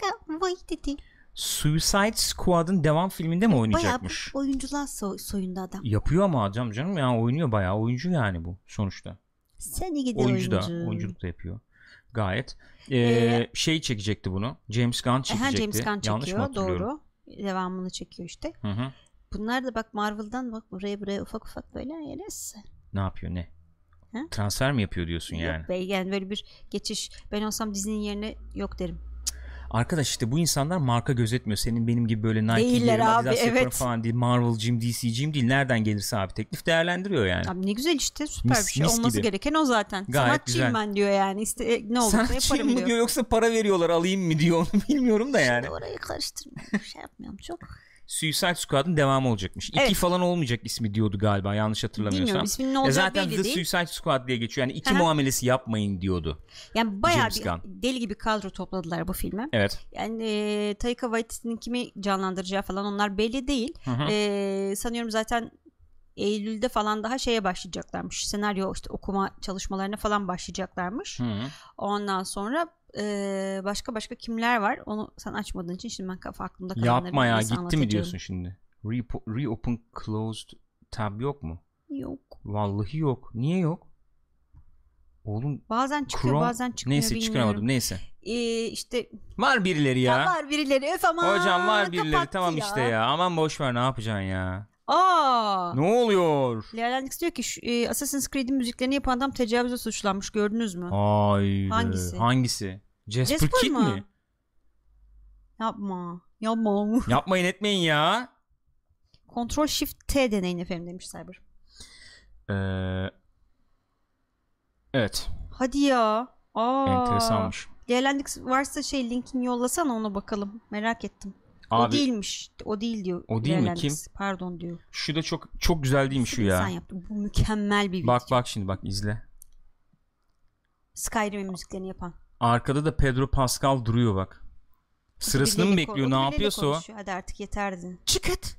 Speaker 1: Suicide Squad'ın devam filminde mi oynayacakmış?
Speaker 2: Bayağı oyuncular soyunda adam.
Speaker 1: Yapıyor ama canım ya, oynuyor, bayağı oyuncu yani bu sonuçta.
Speaker 2: Seni gidi oyuncu.
Speaker 1: Oyunculuk da yapıyor gayet. Şey çekecekti bunu. James Gunn çekecekti.
Speaker 2: James Gunn çekiyor, yanlış mı hatırlıyorum? Doğru. Devamını çekiyor işte.
Speaker 1: Hı.
Speaker 2: Bunlar da bak Marvel'dan bak buraya ufak ufak böyle yeresi.
Speaker 1: Ne yapıyor ne? Ha? Transfer mi yapıyor diyorsun yani?
Speaker 2: Yok be, yani böyle bir geçiş. Ben olsam Disney'nin yerine yok derim.
Speaker 1: Arkadaş işte bu insanlar marka gözetmiyor. Senin benim gibi böyle Nike
Speaker 2: değiller abi, evet.
Speaker 1: falan değil, Marvel'cıyım, DC'ciyim değil. Nereden gelirse abi teklif değerlendiriyor yani.
Speaker 2: Abi ne güzel işte, süper bir şey. Olması gibi. Gereken o zaten.
Speaker 1: Gayet
Speaker 2: sanatçıyım güzel. Ben diyor yani. Ne olursa yaparım diyor.
Speaker 1: Sanatçıyım mı diyor yoksa para veriyorlar alayım mı diyor, onu bilmiyorum da yani.
Speaker 2: Şimdi orayı karıştırmıyorum. Şey yapmıyorum çok.
Speaker 1: Suicide Squad'ın devamı olacakmış. Evet. 2 falan olmayacak ismi diyordu galiba, yanlış hatırlamıyorsam.
Speaker 2: Bilmiyorum, isminin ne olacağı
Speaker 1: zaten
Speaker 2: belli
Speaker 1: The
Speaker 2: değil.
Speaker 1: Suicide Squad diye geçiyor. Yani 2 muamelesi yapmayın diyordu.
Speaker 2: Yani bayağı bir deli gibi kadro topladılar bu filme.
Speaker 1: Evet.
Speaker 2: Yani Taika Waititi'nin kimi canlandıracağı falan onlar belli değil. Sanıyorum zaten Eylül'de falan daha şeye başlayacaklarmış. Senaryo işte okuma çalışmalarına falan başlayacaklarmış. Ondan sonra başka kimler var? Onu sen açmadığın için şimdi ben aklımda kalanları
Speaker 1: yapma ya, gitti mi diyorsun şimdi? Reopen closed tab yok mu?
Speaker 2: Yok.
Speaker 1: Vallahi yok. Niye yok? Oğlum
Speaker 2: bazen çıkıyor
Speaker 1: Chrome,
Speaker 2: bazen çıkmıyor,
Speaker 1: neyse
Speaker 2: bilmiyorum.
Speaker 1: çıkaramadım, neyse.
Speaker 2: İşte
Speaker 1: var birileri ya.
Speaker 2: Var birileri, öf ama.
Speaker 1: Hocam var birileri, tamam ya. İşte ya. Aman boşver, ne yapacaksın ya?
Speaker 2: Ne
Speaker 1: oluyor?
Speaker 2: Leonard diyor ki Assassin's Creed'in müziklerini yapan adam tecavüze suçlanmış, gördünüz mü?
Speaker 1: Hayır.
Speaker 2: Hangisi?
Speaker 1: Jasper Kidd mi?
Speaker 2: Yapma.
Speaker 1: Yapmayın etmeyin ya.
Speaker 2: Ctrl Shift T deneyin efendim demiş Cyber.
Speaker 1: Evet.
Speaker 2: Hadi ya.
Speaker 1: Enteresanmış.
Speaker 2: Leonard varsa linkini yollasana, ona bakalım. Merak ettim. Abi, o değilmiş. O değil diyor.
Speaker 1: O değil mi? Kim?
Speaker 2: Pardon diyor.
Speaker 1: Şu da çok güzel değil mi şu ya?
Speaker 2: Sen yaptın. Bu mükemmel bir video.
Speaker 1: Bak şimdi izle.
Speaker 2: Skyrim'in müziklerini yapan.
Speaker 1: Arkada da Pedro Pascal duruyor bak. Sırasını mı bekliyor? Ne yapıyorsa o?
Speaker 2: Hadi artık yeterdi.
Speaker 1: Çıkıt.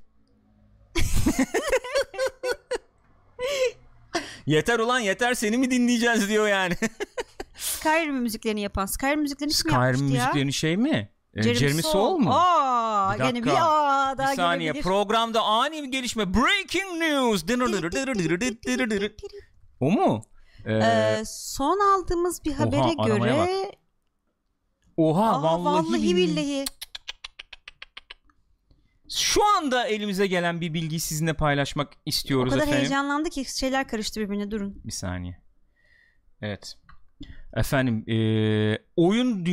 Speaker 1: Yeter ulan yeter, seni mi dinleyeceğiz diyor yani.
Speaker 2: Skyrim müziklerini yapan. Skyrim müziklerini kim yapmıştı ya?
Speaker 1: Skyrim müziklerini şey mi? Jeremy Soule mu?
Speaker 2: Bir dakika.
Speaker 1: Bir saniye. Gelebilir. Programda ani bir gelişme. Breaking news. O mu?
Speaker 2: Son aldığımız bir habere göre. Vallahi billahi.
Speaker 1: Şu anda elimize gelen bir bilgiyi sizinle paylaşmak istiyoruz efendim.
Speaker 2: O kadar heyecanlandı ki şeyler karıştı birbirine, durun.
Speaker 1: Bir saniye. Evet. Efendim oyun bir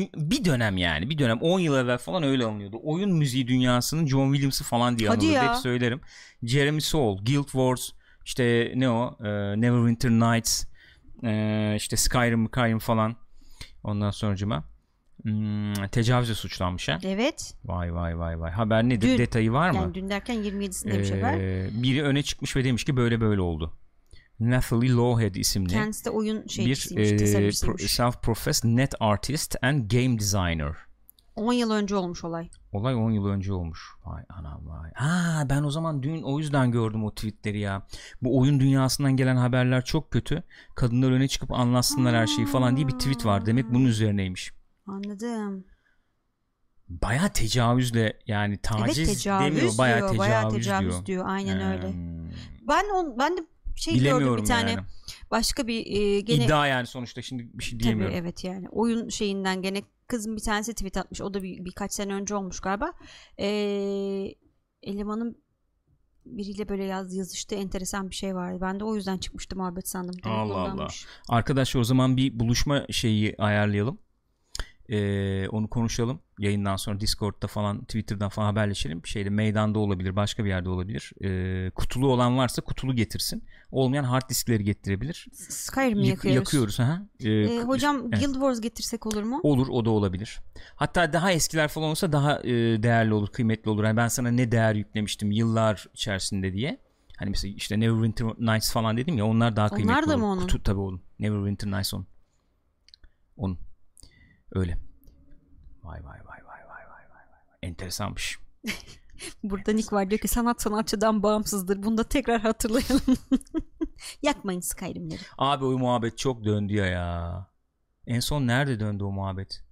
Speaker 1: bir dönem yani. Bir dönem 10 yıl evvel falan öyle alınıyordu. Oyun müziği dünyasının John Williams'ı falan diye anılırdı. Hep söylerim. Jeremy Soule, Guild Wars, işte ne o? Neverwinter Nights, işte Skyrim falan. Ondan sonracıma tecavüze suçlanmış ha.
Speaker 2: Evet.
Speaker 1: Vay. Haber nedir? Dün, detayı var mı?
Speaker 2: Yani dün derken 27'sinde bir şey var.
Speaker 1: Biri öne çıkmış ve demiş ki böyle oldu. Nathalie Lawhead isimli.
Speaker 2: Kendisi de oyun tasarımcısıymış.
Speaker 1: Self-professed net artist and game designer.
Speaker 2: 10 yıl önce olmuş olay.
Speaker 1: Olay 10 yıl önce olmuş. Vay anam vay. Ben o zaman dün o yüzden gördüm o tweetleri ya. Bu oyun dünyasından gelen haberler çok kötü. Kadınlar öne çıkıp anlatsınlar her şeyi falan diye bir tweet var. Demek bunun üzerineymiş.
Speaker 2: Anladım.
Speaker 1: Bayağı tecavüzle yani taciz demiyor. Bayağı tecavüz diyor.
Speaker 2: Aynen öyle. Ben de gördüm bir tane. Yani. Başka bir gene
Speaker 1: iddia yani sonuçta şimdi bir şey diyemiyorum.
Speaker 2: Tabii evet yani. Oyun şeyinden gene kızın bir tanesi tweet atmış. O da birkaç sene önce olmuş galiba. Elemanın biriyle böyle yazıştığı enteresan bir şey vardı. Ben de o yüzden çıkmıştım muhabbet sandım.
Speaker 1: Allah. Arkadaşlar o zaman bir buluşma şeyi ayarlayalım. Onu konuşalım. Yayından sonra Discord'da falan, Twitter'dan falan haberleşelim. Meydanda olabilir, başka bir yerde olabilir. Kutulu olan varsa kutulu getirsin. Olmayan hard diskleri getirebilir.
Speaker 2: Skyrim'i
Speaker 1: yakıyoruz.
Speaker 2: Hocam evet. Guild Wars getirsek olur mu?
Speaker 1: Olur, o da olabilir. Hatta daha eskiler falan olsa daha değerli olur, kıymetli olur. Yani ben sana ne değer yüklemiştim yıllar içerisinde diye. Hani mesela işte Neverwinter Nights falan dedim ya, onlar daha kıymetli olur.
Speaker 2: Onlar da mı onun?
Speaker 1: Tabii onun. Neverwinter Nights onun. Öyle. Vay. Enteresanmış.
Speaker 2: Burada Nick var diyor ki sanat sanatçıdan bağımsızdır. Bunu da tekrar hatırlayalım. Yakmayın Skyrim'leri.
Speaker 1: Abi o muhabbet çok döndü ya. En son nerede döndü o muhabbet?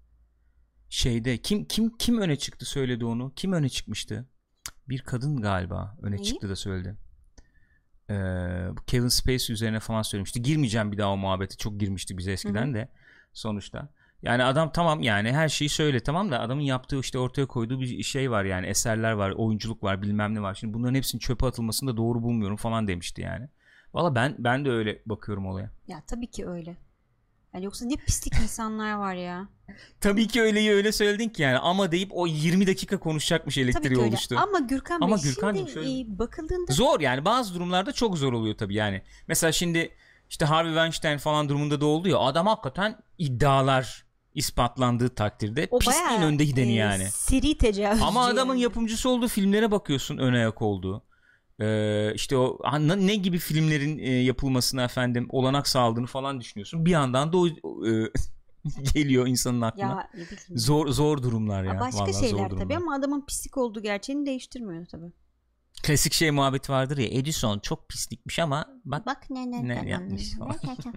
Speaker 1: Kim öne çıktı söyledi onu? Kim öne çıkmıştı? Bir kadın galiba öne çıktı da söyledi. Kevin Spacey üzerine falan söylemişti. Girmeyeceğim bir daha o muhabbete. Çok girmiştik biz eskiden de sonuçta. Yani adam tamam yani her şeyi söyle tamam da adamın yaptığı işte ortaya koyduğu bir şey var yani eserler var, oyunculuk var, bilmem ne var. Şimdi bunların hepsinin çöpe atılmasını da doğru bulmuyorum falan demişti yani. Valla ben de öyle bakıyorum olaya.
Speaker 2: Ya tabii ki öyle. Yani yoksa ne pislik insanlar var ya.
Speaker 1: Tabii ki öyle söyledin ki yani ama deyip o 20 dakika konuşacakmış elektriği oluştu.
Speaker 2: Ama Gürkan Bey şimdi şöyle... bakıldığında
Speaker 1: zor yani bazı durumlarda çok zor oluyor tabii yani. Mesela şimdi işte Harvey Weinstein falan durumunda da oldu ya, adam hakikaten iddialar ispatlandığı takdirde
Speaker 2: o
Speaker 1: pisliğin önde gideni yani.
Speaker 2: Seri tecavüzcü.
Speaker 1: Ama adamın yapımcısı olduğu filmlere bakıyorsun, ön ayak olduğu. İşte o ne gibi filmlerin yapılmasına efendim olanak sağladığını falan düşünüyorsun. Bir yandan da o geliyor insanın aklına.
Speaker 2: Ya,
Speaker 1: zor durumlar ya.
Speaker 2: Başka şeyler tabii ama adamın pislik olduğu gerçeğini değiştirmiyor tabii.
Speaker 1: Klasik vardır vardır ya, Edison çok pislikmiş ama bak ne yapmış falan.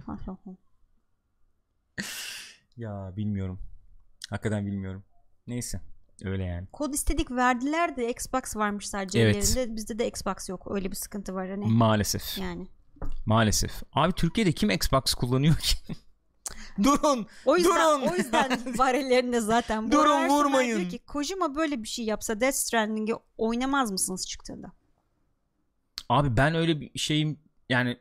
Speaker 1: Ya bilmiyorum. Hakikaten bilmiyorum. Neyse. Öyle yani.
Speaker 2: Kod istedik verdiler de Xbox varmış sadece ellerinde. Evet. Bizde de Xbox yok. Öyle bir sıkıntı var hani.
Speaker 1: Maalesef.
Speaker 2: Yani.
Speaker 1: Maalesef. Abi Türkiye'de kim Xbox kullanıyor ki? Durun.
Speaker 2: O yüzden var ellerinde zaten.
Speaker 1: Durun, vurmayın.
Speaker 2: Diyor ki Kojima böyle bir şey yapsa Death Stranding'i oynamaz mısınız çıktığında?
Speaker 1: Abi ben öyle bir şeyim yani.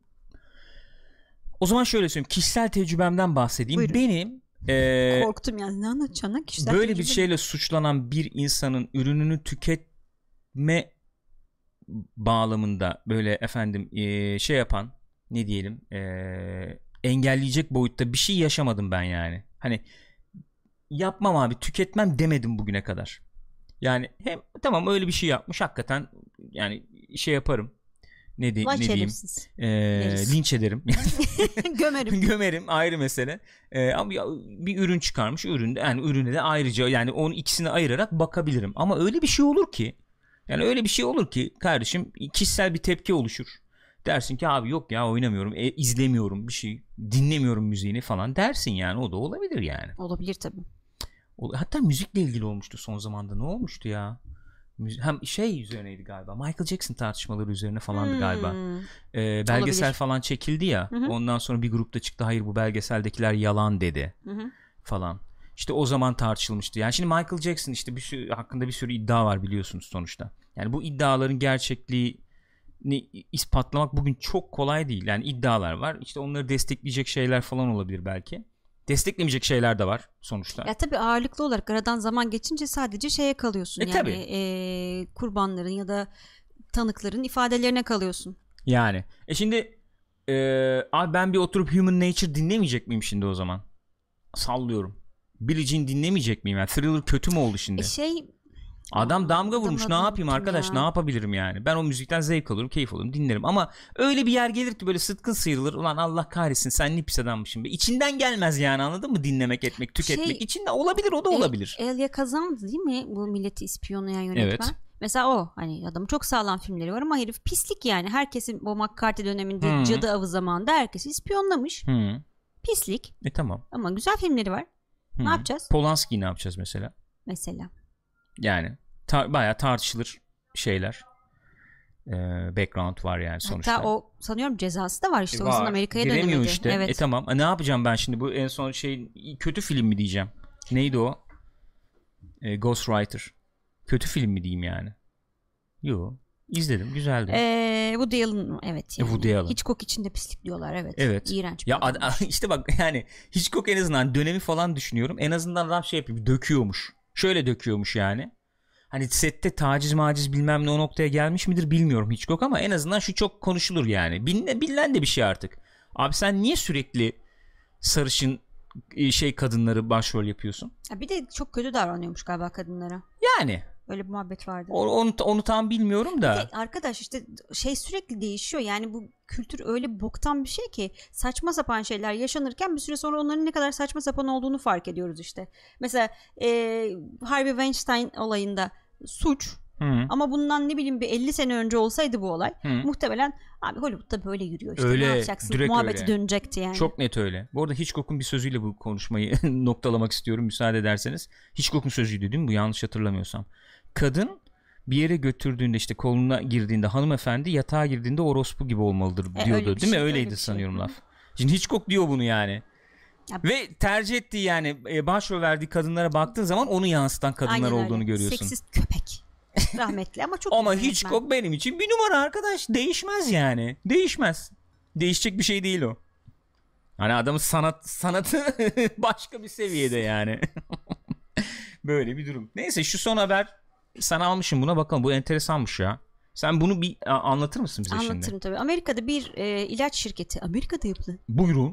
Speaker 1: O zaman şöyle söyleyeyim. Kişisel tecrübemden bahsedeyim.
Speaker 2: Buyurun.
Speaker 1: Benim
Speaker 2: korktum yani, ne anlatacaksın kişisel
Speaker 1: böyle bir şeyle suçlanan bir insanın ürününü tüketme bağlamında böyle efendim şey yapan, ne diyelim, engelleyecek boyutta bir şey yaşamadım ben yani. Hani yapmam abi, tüketmem demedim bugüne kadar. Yani hem tamam öyle bir şey yapmış hakikaten yani şey yaparım. Ne diyeyim? Linç ederim. Gömerim ayrı mesele. Ama bir ürün çıkarmış, ürüne de ayrıca yani onun ikisini ayırarak bakabilirim. Ama öyle bir şey olur ki kardeşim, kişisel bir tepki oluşur. Dersin ki abi yok ya oynamıyorum, izlemiyorum bir şey, dinlemiyorum müziğini falan dersin yani, o da olabilir yani.
Speaker 2: Olabilir tabii.
Speaker 1: Hatta müzikle ilgili olmuştu son zamanda, ne olmuştu ya? Hem üzerineydi galiba, Michael Jackson tartışmaları üzerine falandı galiba. Belgesel olabilir. Falan çekildi ya. Hı-hı. Ondan sonra bir grupta çıktı, hayır bu belgeseldekiler yalan dedi. Hı-hı. Falan. İşte o zaman tartışılmıştı. Yani şimdi Michael Jackson işte hakkında bir sürü iddia var biliyorsunuz sonuçta. Yani bu iddiaların gerçekliğini ispatlamak bugün çok kolay değil. Yani iddialar var. İşte onları destekleyecek şeyler falan olabilir belki. Desteklemeyecek şeyler de var sonuçta.
Speaker 2: Ya tabii ağırlıklı olarak aradan zaman geçince sadece şeye kalıyorsun. Kurbanların ya da tanıkların ifadelerine kalıyorsun.
Speaker 1: Yani. Şimdi abi ben bir oturup Human Nature dinlemeyecek miyim şimdi o zaman? Sallıyorum. Billie Jean dinlemeyecek miyim? Yani Thriller kötü mü oldu şimdi? Adam damga vurmuş, ne yapayım arkadaş ya. Ne yapabilirim yani? Ben o müzikten zevk alırım, keyif alırım, dinlerim ama öyle bir yer gelir ki böyle sıtkın sıyrılır. Ulan Allah kahretsin, sen ne pis adammışsın be. İçinden gelmez yani, anladın mı? Dinlemek, etmek, tüketmek. İçinde olabilir, o da olabilir.
Speaker 2: Elia Kazan değil mi bu milleti ispiyonlayan yönetmen? Evet. Mesela o hani adamın çok sağlam filmleri var ama herif pislik yani. Herkesin o McCarthy döneminde Cadı Avı zamanında herkesi ispiyonlamış. Pislik.
Speaker 1: Tamam.
Speaker 2: Ama güzel filmleri var. Ne yapacağız?
Speaker 1: Polanski'yi ne yapacağız mesela? Yani bayağı tartışılır şeyler. Background var yani sonuçta.
Speaker 2: Hatta o sanıyorum cezası da var işte. O yüzden Amerika'ya dönemedi.
Speaker 1: Işte. Evet. Tamam. Ne yapacağım ben şimdi? Bu en son kötü film mi diyeceğim? Neydi o? Ghostwriter. Kötü film mi diyeyim yani? Yo. İzledim. Güzeldi.
Speaker 2: Woody Allen, evet yani.
Speaker 1: Woody Allen.
Speaker 2: Hitchcock için de pislik diyorlar, evet.
Speaker 1: Evet.
Speaker 2: İğrenç.
Speaker 1: Ya işte bak yani Hitchcock en azından dönemi falan düşünüyorum. En azından adam şey yapıyor. Döküyormuş. Şöyle döküyormuş yani. Hani sette taciz maciz bilmem ne o noktaya gelmiş midir bilmiyorum Hitchcock ama en azından şu çok konuşulur yani. Bilinen de bir şey artık. Abi sen niye sürekli sarışın kadınları başrol yapıyorsun?
Speaker 2: Bir de çok kötü davranıyormuş galiba kadınlara.
Speaker 1: Yani.
Speaker 2: Öyle bir muhabbet vardı.
Speaker 1: Onu tam bilmiyorum da.
Speaker 2: Arkadaş işte sürekli değişiyor. Yani bu kültür öyle boktan bir şey ki saçma sapan şeyler yaşanırken bir süre sonra onların ne kadar saçma sapan olduğunu fark ediyoruz işte. Mesela Harvey Weinstein olayında suç. Ama bundan ne bileyim bir 50 sene önce olsaydı bu olay muhtemelen abi Hollywood'da böyle yürüyor işte,
Speaker 1: öyle,
Speaker 2: ne yapacaksın muhabbeti öyle. Dönecekti yani.
Speaker 1: Çok net öyle. Bu arada Hitchcock'un bir sözüyle bu konuşmayı noktalamak istiyorum müsaade ederseniz. Hitchcock'un sözüydü değil mi bu, yanlış hatırlamıyorsam. Kadın bir yere götürdüğünde işte koluna girdiğinde hanımefendi, yatağa girdiğinde orospu gibi olmalıdır diyordu değil mi? Öyleydi sanıyorum laf. Şimdi Hitchcock diyor bunu yani. Ya, ve tercih ettiği yani başrol verdiği kadınlara baktığın zaman onu yansıtan kadınlar olduğunu görüyorsun.
Speaker 2: Seksist köpek. Rahmetli ama çok
Speaker 1: ama Hitchcock benim için bir numara arkadaş. Değişmez yani. Değişmez. Değişecek bir şey değil o. Hani adamın sanatı başka bir seviyede yani. Böyle bir durum. Neyse şu son haber sen almışsın, buna bakalım. Bu enteresanmış ya. Sen bunu bir anlatır mısın bize şimdi?
Speaker 2: Anlatırım tabii. Amerika'da bir ilaç şirketi. Amerika'da yapılan.
Speaker 1: Buyurun.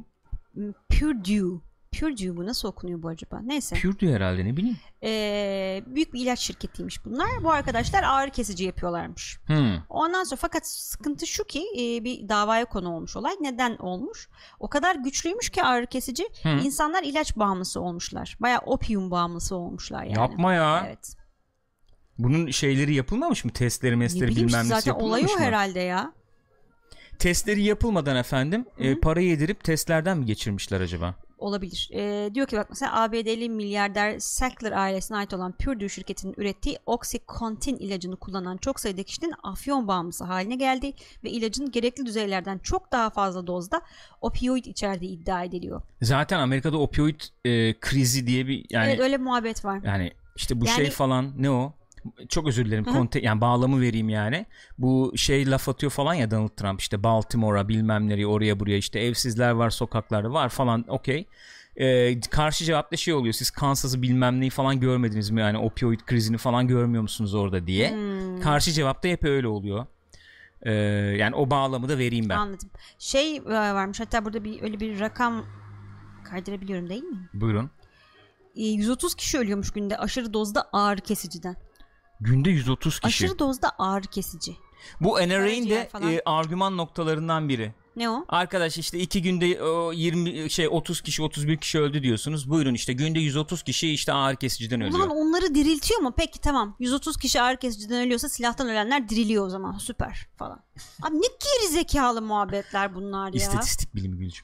Speaker 2: Purdue bu nasıl okunuyor bu acaba? Neyse.
Speaker 1: Purdue herhalde, ne bileyim.
Speaker 2: Büyük bir ilaç şirketiymiş bunlar. Bu arkadaşlar ağrı kesici yapıyorlarmış. Ondan sonra fakat sıkıntı şu ki bir davaya konu olmuş olay. Neden olmuş? O kadar güçlüymüş ki ağrı kesici. İnsanlar ilaç bağımlısı olmuşlar. Bayağı opium bağımlısı olmuşlar yani.
Speaker 1: Yapma ya.
Speaker 2: Evet.
Speaker 1: Bunun şeyleri yapılmamış mı? Testleri bilmem nesi yapılmamış mı?
Speaker 2: Zaten olay o herhalde ya.
Speaker 1: Testleri yapılmadan efendim para yedirip testlerden mi geçirmişler acaba?
Speaker 2: Olabilir. Diyor ki bak mesela ABD'li milyarder Sackler ailesine ait olan Purdue şirketinin ürettiği Oxycontin ilacını kullanan çok sayıda kişinin afyon bağımlısı haline geldi ve ilacın gerekli düzeylerden çok daha fazla dozda opioid içerdiği iddia ediliyor.
Speaker 1: Zaten Amerika'da opioid krizi diye bir yani.
Speaker 2: Evet, öyle muhabbet var.
Speaker 1: Yani işte bu şey falan ne o? Çok özür dilerim. Yani bağlamı vereyim yani. Bu laf atıyor falan ya Donald Trump, işte Baltimore'a bilmem nereye, oraya buraya, işte evsizler var sokaklarda var falan, okey. Karşı cevapta oluyor, siz Kansas'ı bilmem neyi falan görmediniz mi, yani opioid krizini falan görmüyor musunuz orada diye. Karşı cevapta hep öyle oluyor. Yani o bağlamı da vereyim ben.
Speaker 2: Anladım. Varmış hatta burada öyle bir rakam kaydırabiliyorum değil mi?
Speaker 1: Buyurun.
Speaker 2: 130 kişi ölüyormuş günde aşırı dozda ağrı kesiciden.
Speaker 1: Günde 130 kişi.
Speaker 2: Aşırı dozda ağrı kesici.
Speaker 1: Bu NRA'in de argüman noktalarından biri.
Speaker 2: Ne o?
Speaker 1: Arkadaş işte 2 günde 30 kişi 31 kişi öldü diyorsunuz. Buyurun işte günde 130 kişi işte ağrı kesiciden ölüyor.
Speaker 2: O zaman onları diriltiyor mu? Peki tamam. 130 kişi ağrı kesiciden ölüyorsa silahtan ölenler diriliyor o zaman. Süper falan. Abi ne geri zekalı muhabbetler bunlar ya.
Speaker 1: İstatistik bilimi Gülcüm.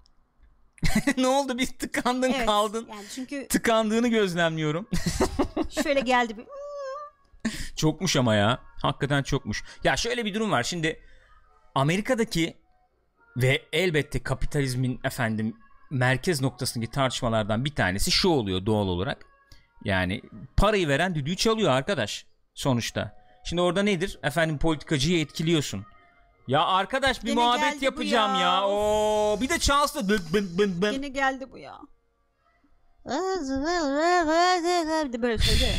Speaker 1: Ne oldu, bir tıkandın kaldın.
Speaker 2: Yani çünkü
Speaker 1: tıkandığını gözlemliyorum.
Speaker 2: Şöyle geldi bir.
Speaker 1: Çokmuş ama ya. Hakikaten çokmuş. Ya şöyle bir durum var. Şimdi Amerika'daki ve elbette kapitalizmin merkez noktasındaki tartışmalardan bir tanesi şu oluyor doğal olarak. Yani parayı veren düdüğü çalıyor arkadaş sonuçta. Şimdi orada nedir? Politikacıyı etkiliyorsun. Ya arkadaş bir muhabbet yapacağım ya. Bir de çalsın.
Speaker 2: Yine geldi bu ya. böyle söylüyor.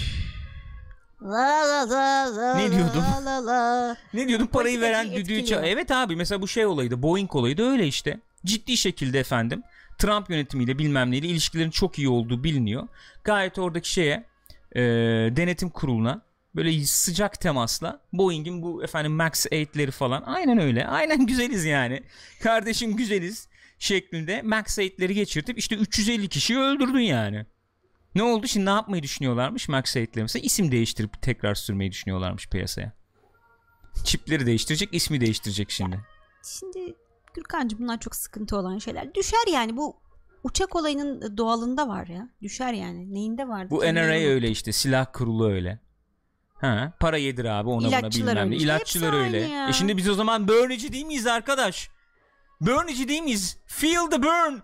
Speaker 1: Ne diyordun? Ne diyordun? Parayı veren düdüğü çal. Evet abi, mesela bu şey olaydı, Boeing olayı da öyle işte. Ciddi şekilde efendim Trump yönetimiyle bilmem neyle ilişkilerin çok iyi olduğu biliniyor. Gayet oradaki şeye denetim kuruluna böyle sıcak temasla Boeing'in bu efendim Max 8'leri falan, aynen öyle, aynen güzeliz yani kardeşim güzeliz şeklinde Max 8'leri geçirtip işte 350 kişiyi öldürdün yani. Ne oldu şimdi, ne yapmayı düşünüyorlarmış Max 8'leri mesela? İsim değiştirip tekrar sürmeyi düşünüyorlarmış piyasaya. Çipleri değiştirecek, ismi değiştirecek şimdi.
Speaker 2: Şimdi Gürkancığım, bunlar çok sıkıntı olan şeyler. Düşer yani, bu uçak olayının doğalında var ya. Düşer yani. Neyinde vardı?
Speaker 1: Bu NRA öyle işte, silah kurulu öyle. Ha, para yedir abi ona
Speaker 2: İlaççılar
Speaker 1: buna bilmem ne.
Speaker 2: Işte.
Speaker 1: İlaççılar öyle.
Speaker 2: Ya.
Speaker 1: Şimdi biz o zaman Burn'ci değil miyiz arkadaş? Burn'ci değil miyiz? Feel the burn.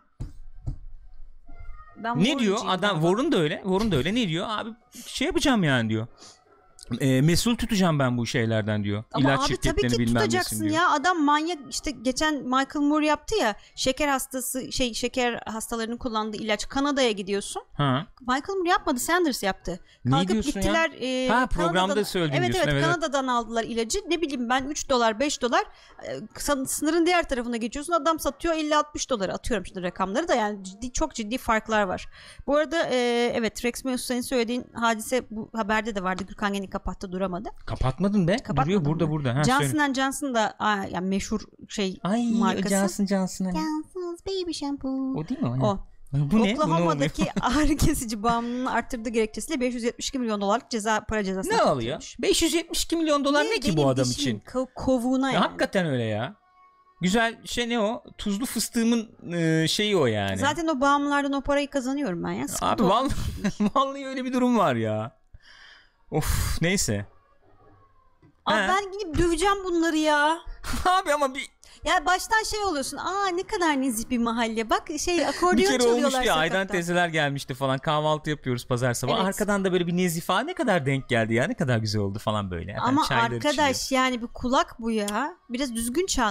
Speaker 1: Ne diyor adam? Warren da öyle. Warren da öyle. Ne diyor? Abi şey yapacağım yani diyor. Mesul tutacağım ben bu şeylerden diyor.
Speaker 2: Ama
Speaker 1: İlaç
Speaker 2: abi tabii ki tutacaksın
Speaker 1: diyor.
Speaker 2: ya. Adam manyak işte, geçen Michael Moore yaptı ya, şeker hastası şeker hastalarının kullandığı ilaç, Kanada'ya gidiyorsun.
Speaker 1: Ha.
Speaker 2: Michael Moore yapmadı, Sanders yaptı.
Speaker 1: Kalkıp
Speaker 2: gittiler.
Speaker 1: Programda söyledin
Speaker 2: evet,
Speaker 1: diyorsun.
Speaker 2: Evet, Kanada'dan aldılar ilacı. Ne bileyim ben, $3 $5 sınırın diğer tarafına geçiyorsun, adam satıyor $50-60, atıyorum şimdi rakamları da, yani çok ciddi farklar var. Bu arada evet, Rex Meus, senin söylediğin hadise bu haberde de vardı. Gürkan Geni kapattı, duramadı.
Speaker 1: Kapatmadın be. Duruyor burada. Ha,
Speaker 2: Johnson & Johnson da yani meşhur markası. Johnson's Baby Shampoo.
Speaker 1: O değil mi?
Speaker 2: O.
Speaker 1: Bu ne?
Speaker 2: Oklahoma'daki ağrı kesici bağımlılığını arttırdığı gerekçesiyle $572 milyon para cezası.
Speaker 1: Ne alıyor? $572 milyon ne ki bu adam için?
Speaker 2: Kovuğuna yani.
Speaker 1: Hakikaten öyle ya. Güzel şey ne o? Tuzlu fıstığımın şeyi o yani.
Speaker 2: Zaten o bağımlılardan o parayı kazanıyorum ben ya.
Speaker 1: Abi vallahi öyle bir durum var ya. Of, neyse.
Speaker 2: Abi ben gidip döveceğim bunları ya.
Speaker 1: Abi ama
Speaker 2: ya baştan şey oluyorsun. Ne kadar nezih bir mahalle. Bak akordeon
Speaker 1: bir kere
Speaker 2: çalıyorlar
Speaker 1: olmuştu ya,
Speaker 2: sokakta.
Speaker 1: Aydan teyzeler gelmişti falan, kahvaltı yapıyoruz pazar sabahı. Evet. Arkadan da böyle bir nezifa, ne kadar denk geldi ya, ne kadar güzel oldu falan böyle.
Speaker 2: Ama arkadaş içiyor. Yani bir kulak bu ya. Biraz düzgün çal.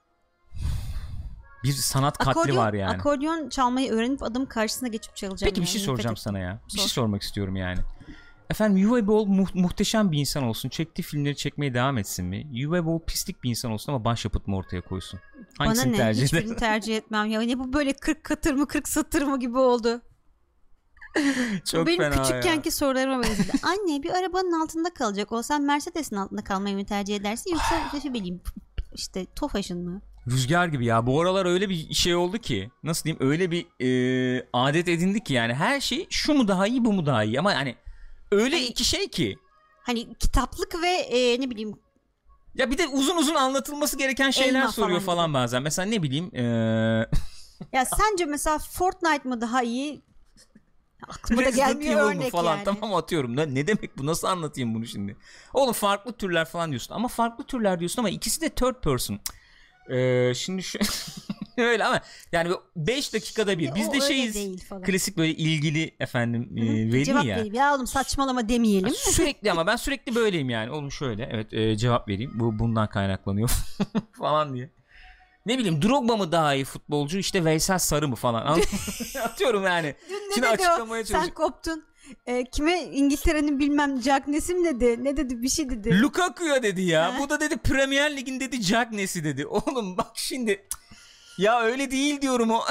Speaker 1: Bir sanat katli var yani.
Speaker 2: Akordeon çalmayı öğrenip adam karşısına geçip çalacağım.
Speaker 1: Peki bir şey soracağım sana ya. Bir şey sormak istiyorum yani. Efendim Uwe Boll muhteşem bir insan olsun, çektiği filmleri çekmeye devam etsin mi? Uwe Boll pislik bir insan olsun ama başyapıt mı ortaya koysun? Hangisini
Speaker 2: tercih eder?
Speaker 1: Hiçbirini
Speaker 2: tercih etmem ya. Ne bu böyle 40 katır mı 40 satır mı gibi oldu.
Speaker 1: Çok
Speaker 2: benim
Speaker 1: fena
Speaker 2: küçükkenki sorularıma benzedi. Anne, bir arabanın altında kalacak olsan Mercedes'in altında kalmayı mı tercih edersin, yoksa ne bileyim işte Tofaş'ın mı?
Speaker 1: Rüzgar gibi ya. Bu aralar öyle bir şey oldu ki, nasıl diyeyim, öyle bir adet edindik ki yani her şey şu mu daha iyi, bu mu daha iyi, ama hani öyle iki şey ki. Hani
Speaker 2: kitaplık ve ne bileyim.
Speaker 1: Ya bir de uzun uzun anlatılması gereken şeyler soruyor falan bazen. Mesela ne bileyim.
Speaker 2: Ya sence mesela Fortnite mı daha iyi? Aklıma da gelmiyor örnek
Speaker 1: falan.
Speaker 2: Yani.
Speaker 1: Tamam, atıyorum. Ne demek bu? Nasıl anlatayım bunu şimdi? Oğlum farklı türler falan diyorsun. Ama farklı türler diyorsun ama ikisi de third person. Şimdi şu öyle ama yani 5 dakikada bir. Biz de şeyiz. Klasik böyle ilgili efendim veli
Speaker 2: cevap
Speaker 1: ya.
Speaker 2: Vereyim. Ya oğlum saçmalama demeyelim.
Speaker 1: Sürekli ama ben sürekli böyleyim yani. Oğlum şöyle evet cevap vereyim. Bundan kaynaklanıyor falan diye. Ne bileyim, Drogba mı daha iyi futbolcu, işte Veysel Sarı mı falan. Atıyorum yani.
Speaker 2: Şimdi açıklamaya çalışıyorum. Sen koptun. Kime, İngiltere'nin bilmem Jack Nesi mi dedi? Ne dedi? Bir şey dedi.
Speaker 1: Lukaku'ya dedi ya. Bu da dedi Premier Lig'in dedi Jack Nesi dedi. Oğlum bak şimdi. Ya öyle değil diyorum o.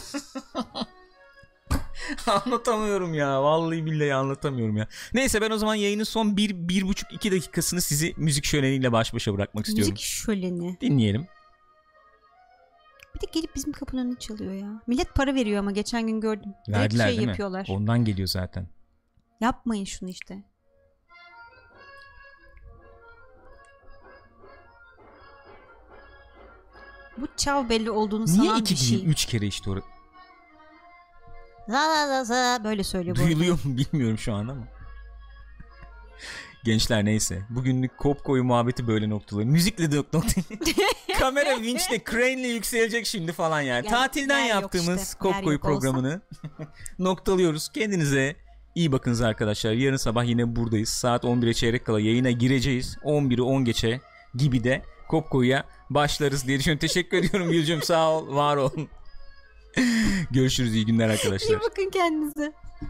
Speaker 1: Anlatamıyorum ya. Vallahi billahi anlatamıyorum ya. Neyse, ben o zaman yayının son 1,5-2 dakikasını sizi müzik şöleniyle baş başa bırakmak istiyorum.
Speaker 2: Müzik şöleni.
Speaker 1: Dinleyelim.
Speaker 2: Bir de gelip bizim kapının önüne çalıyor ya. Millet para veriyor ama geçen gün gördüm.
Speaker 1: Verdiler
Speaker 2: değil
Speaker 1: mi?
Speaker 2: Yapıyorlar.
Speaker 1: Ondan geliyor zaten.
Speaker 2: Yapmayın şunu işte. Bu çav belli olduğunu
Speaker 1: niye
Speaker 2: sanan bir şey.
Speaker 1: Niye 2 değil 3 kere işte orada?
Speaker 2: La böyle söylüyor bu.
Speaker 1: Duyuluyor mu bilmiyorum şu an ama. Gençler neyse. Bugünlük Kopko'yu muhabbeti böyle noktaları. Müzikle de noktayı. Kamera vinçle, crane'le yükselecek şimdi falan yani. Tatilden yaptığımız işte, Kopko'yu programını noktalıyoruz. Kendinize iyi bakınız arkadaşlar. Yarın sabah yine buradayız. Saat 11'e çeyrek kala yayına gireceğiz. 11'i 10 geçe gibi de Kopko'ya başlarız diye düşünüyorum. Teşekkür ediyorum Gülcüm. Sağ ol, var ol. Görüşürüz, iyi günler arkadaşlar.
Speaker 2: İyi bakın kendinize.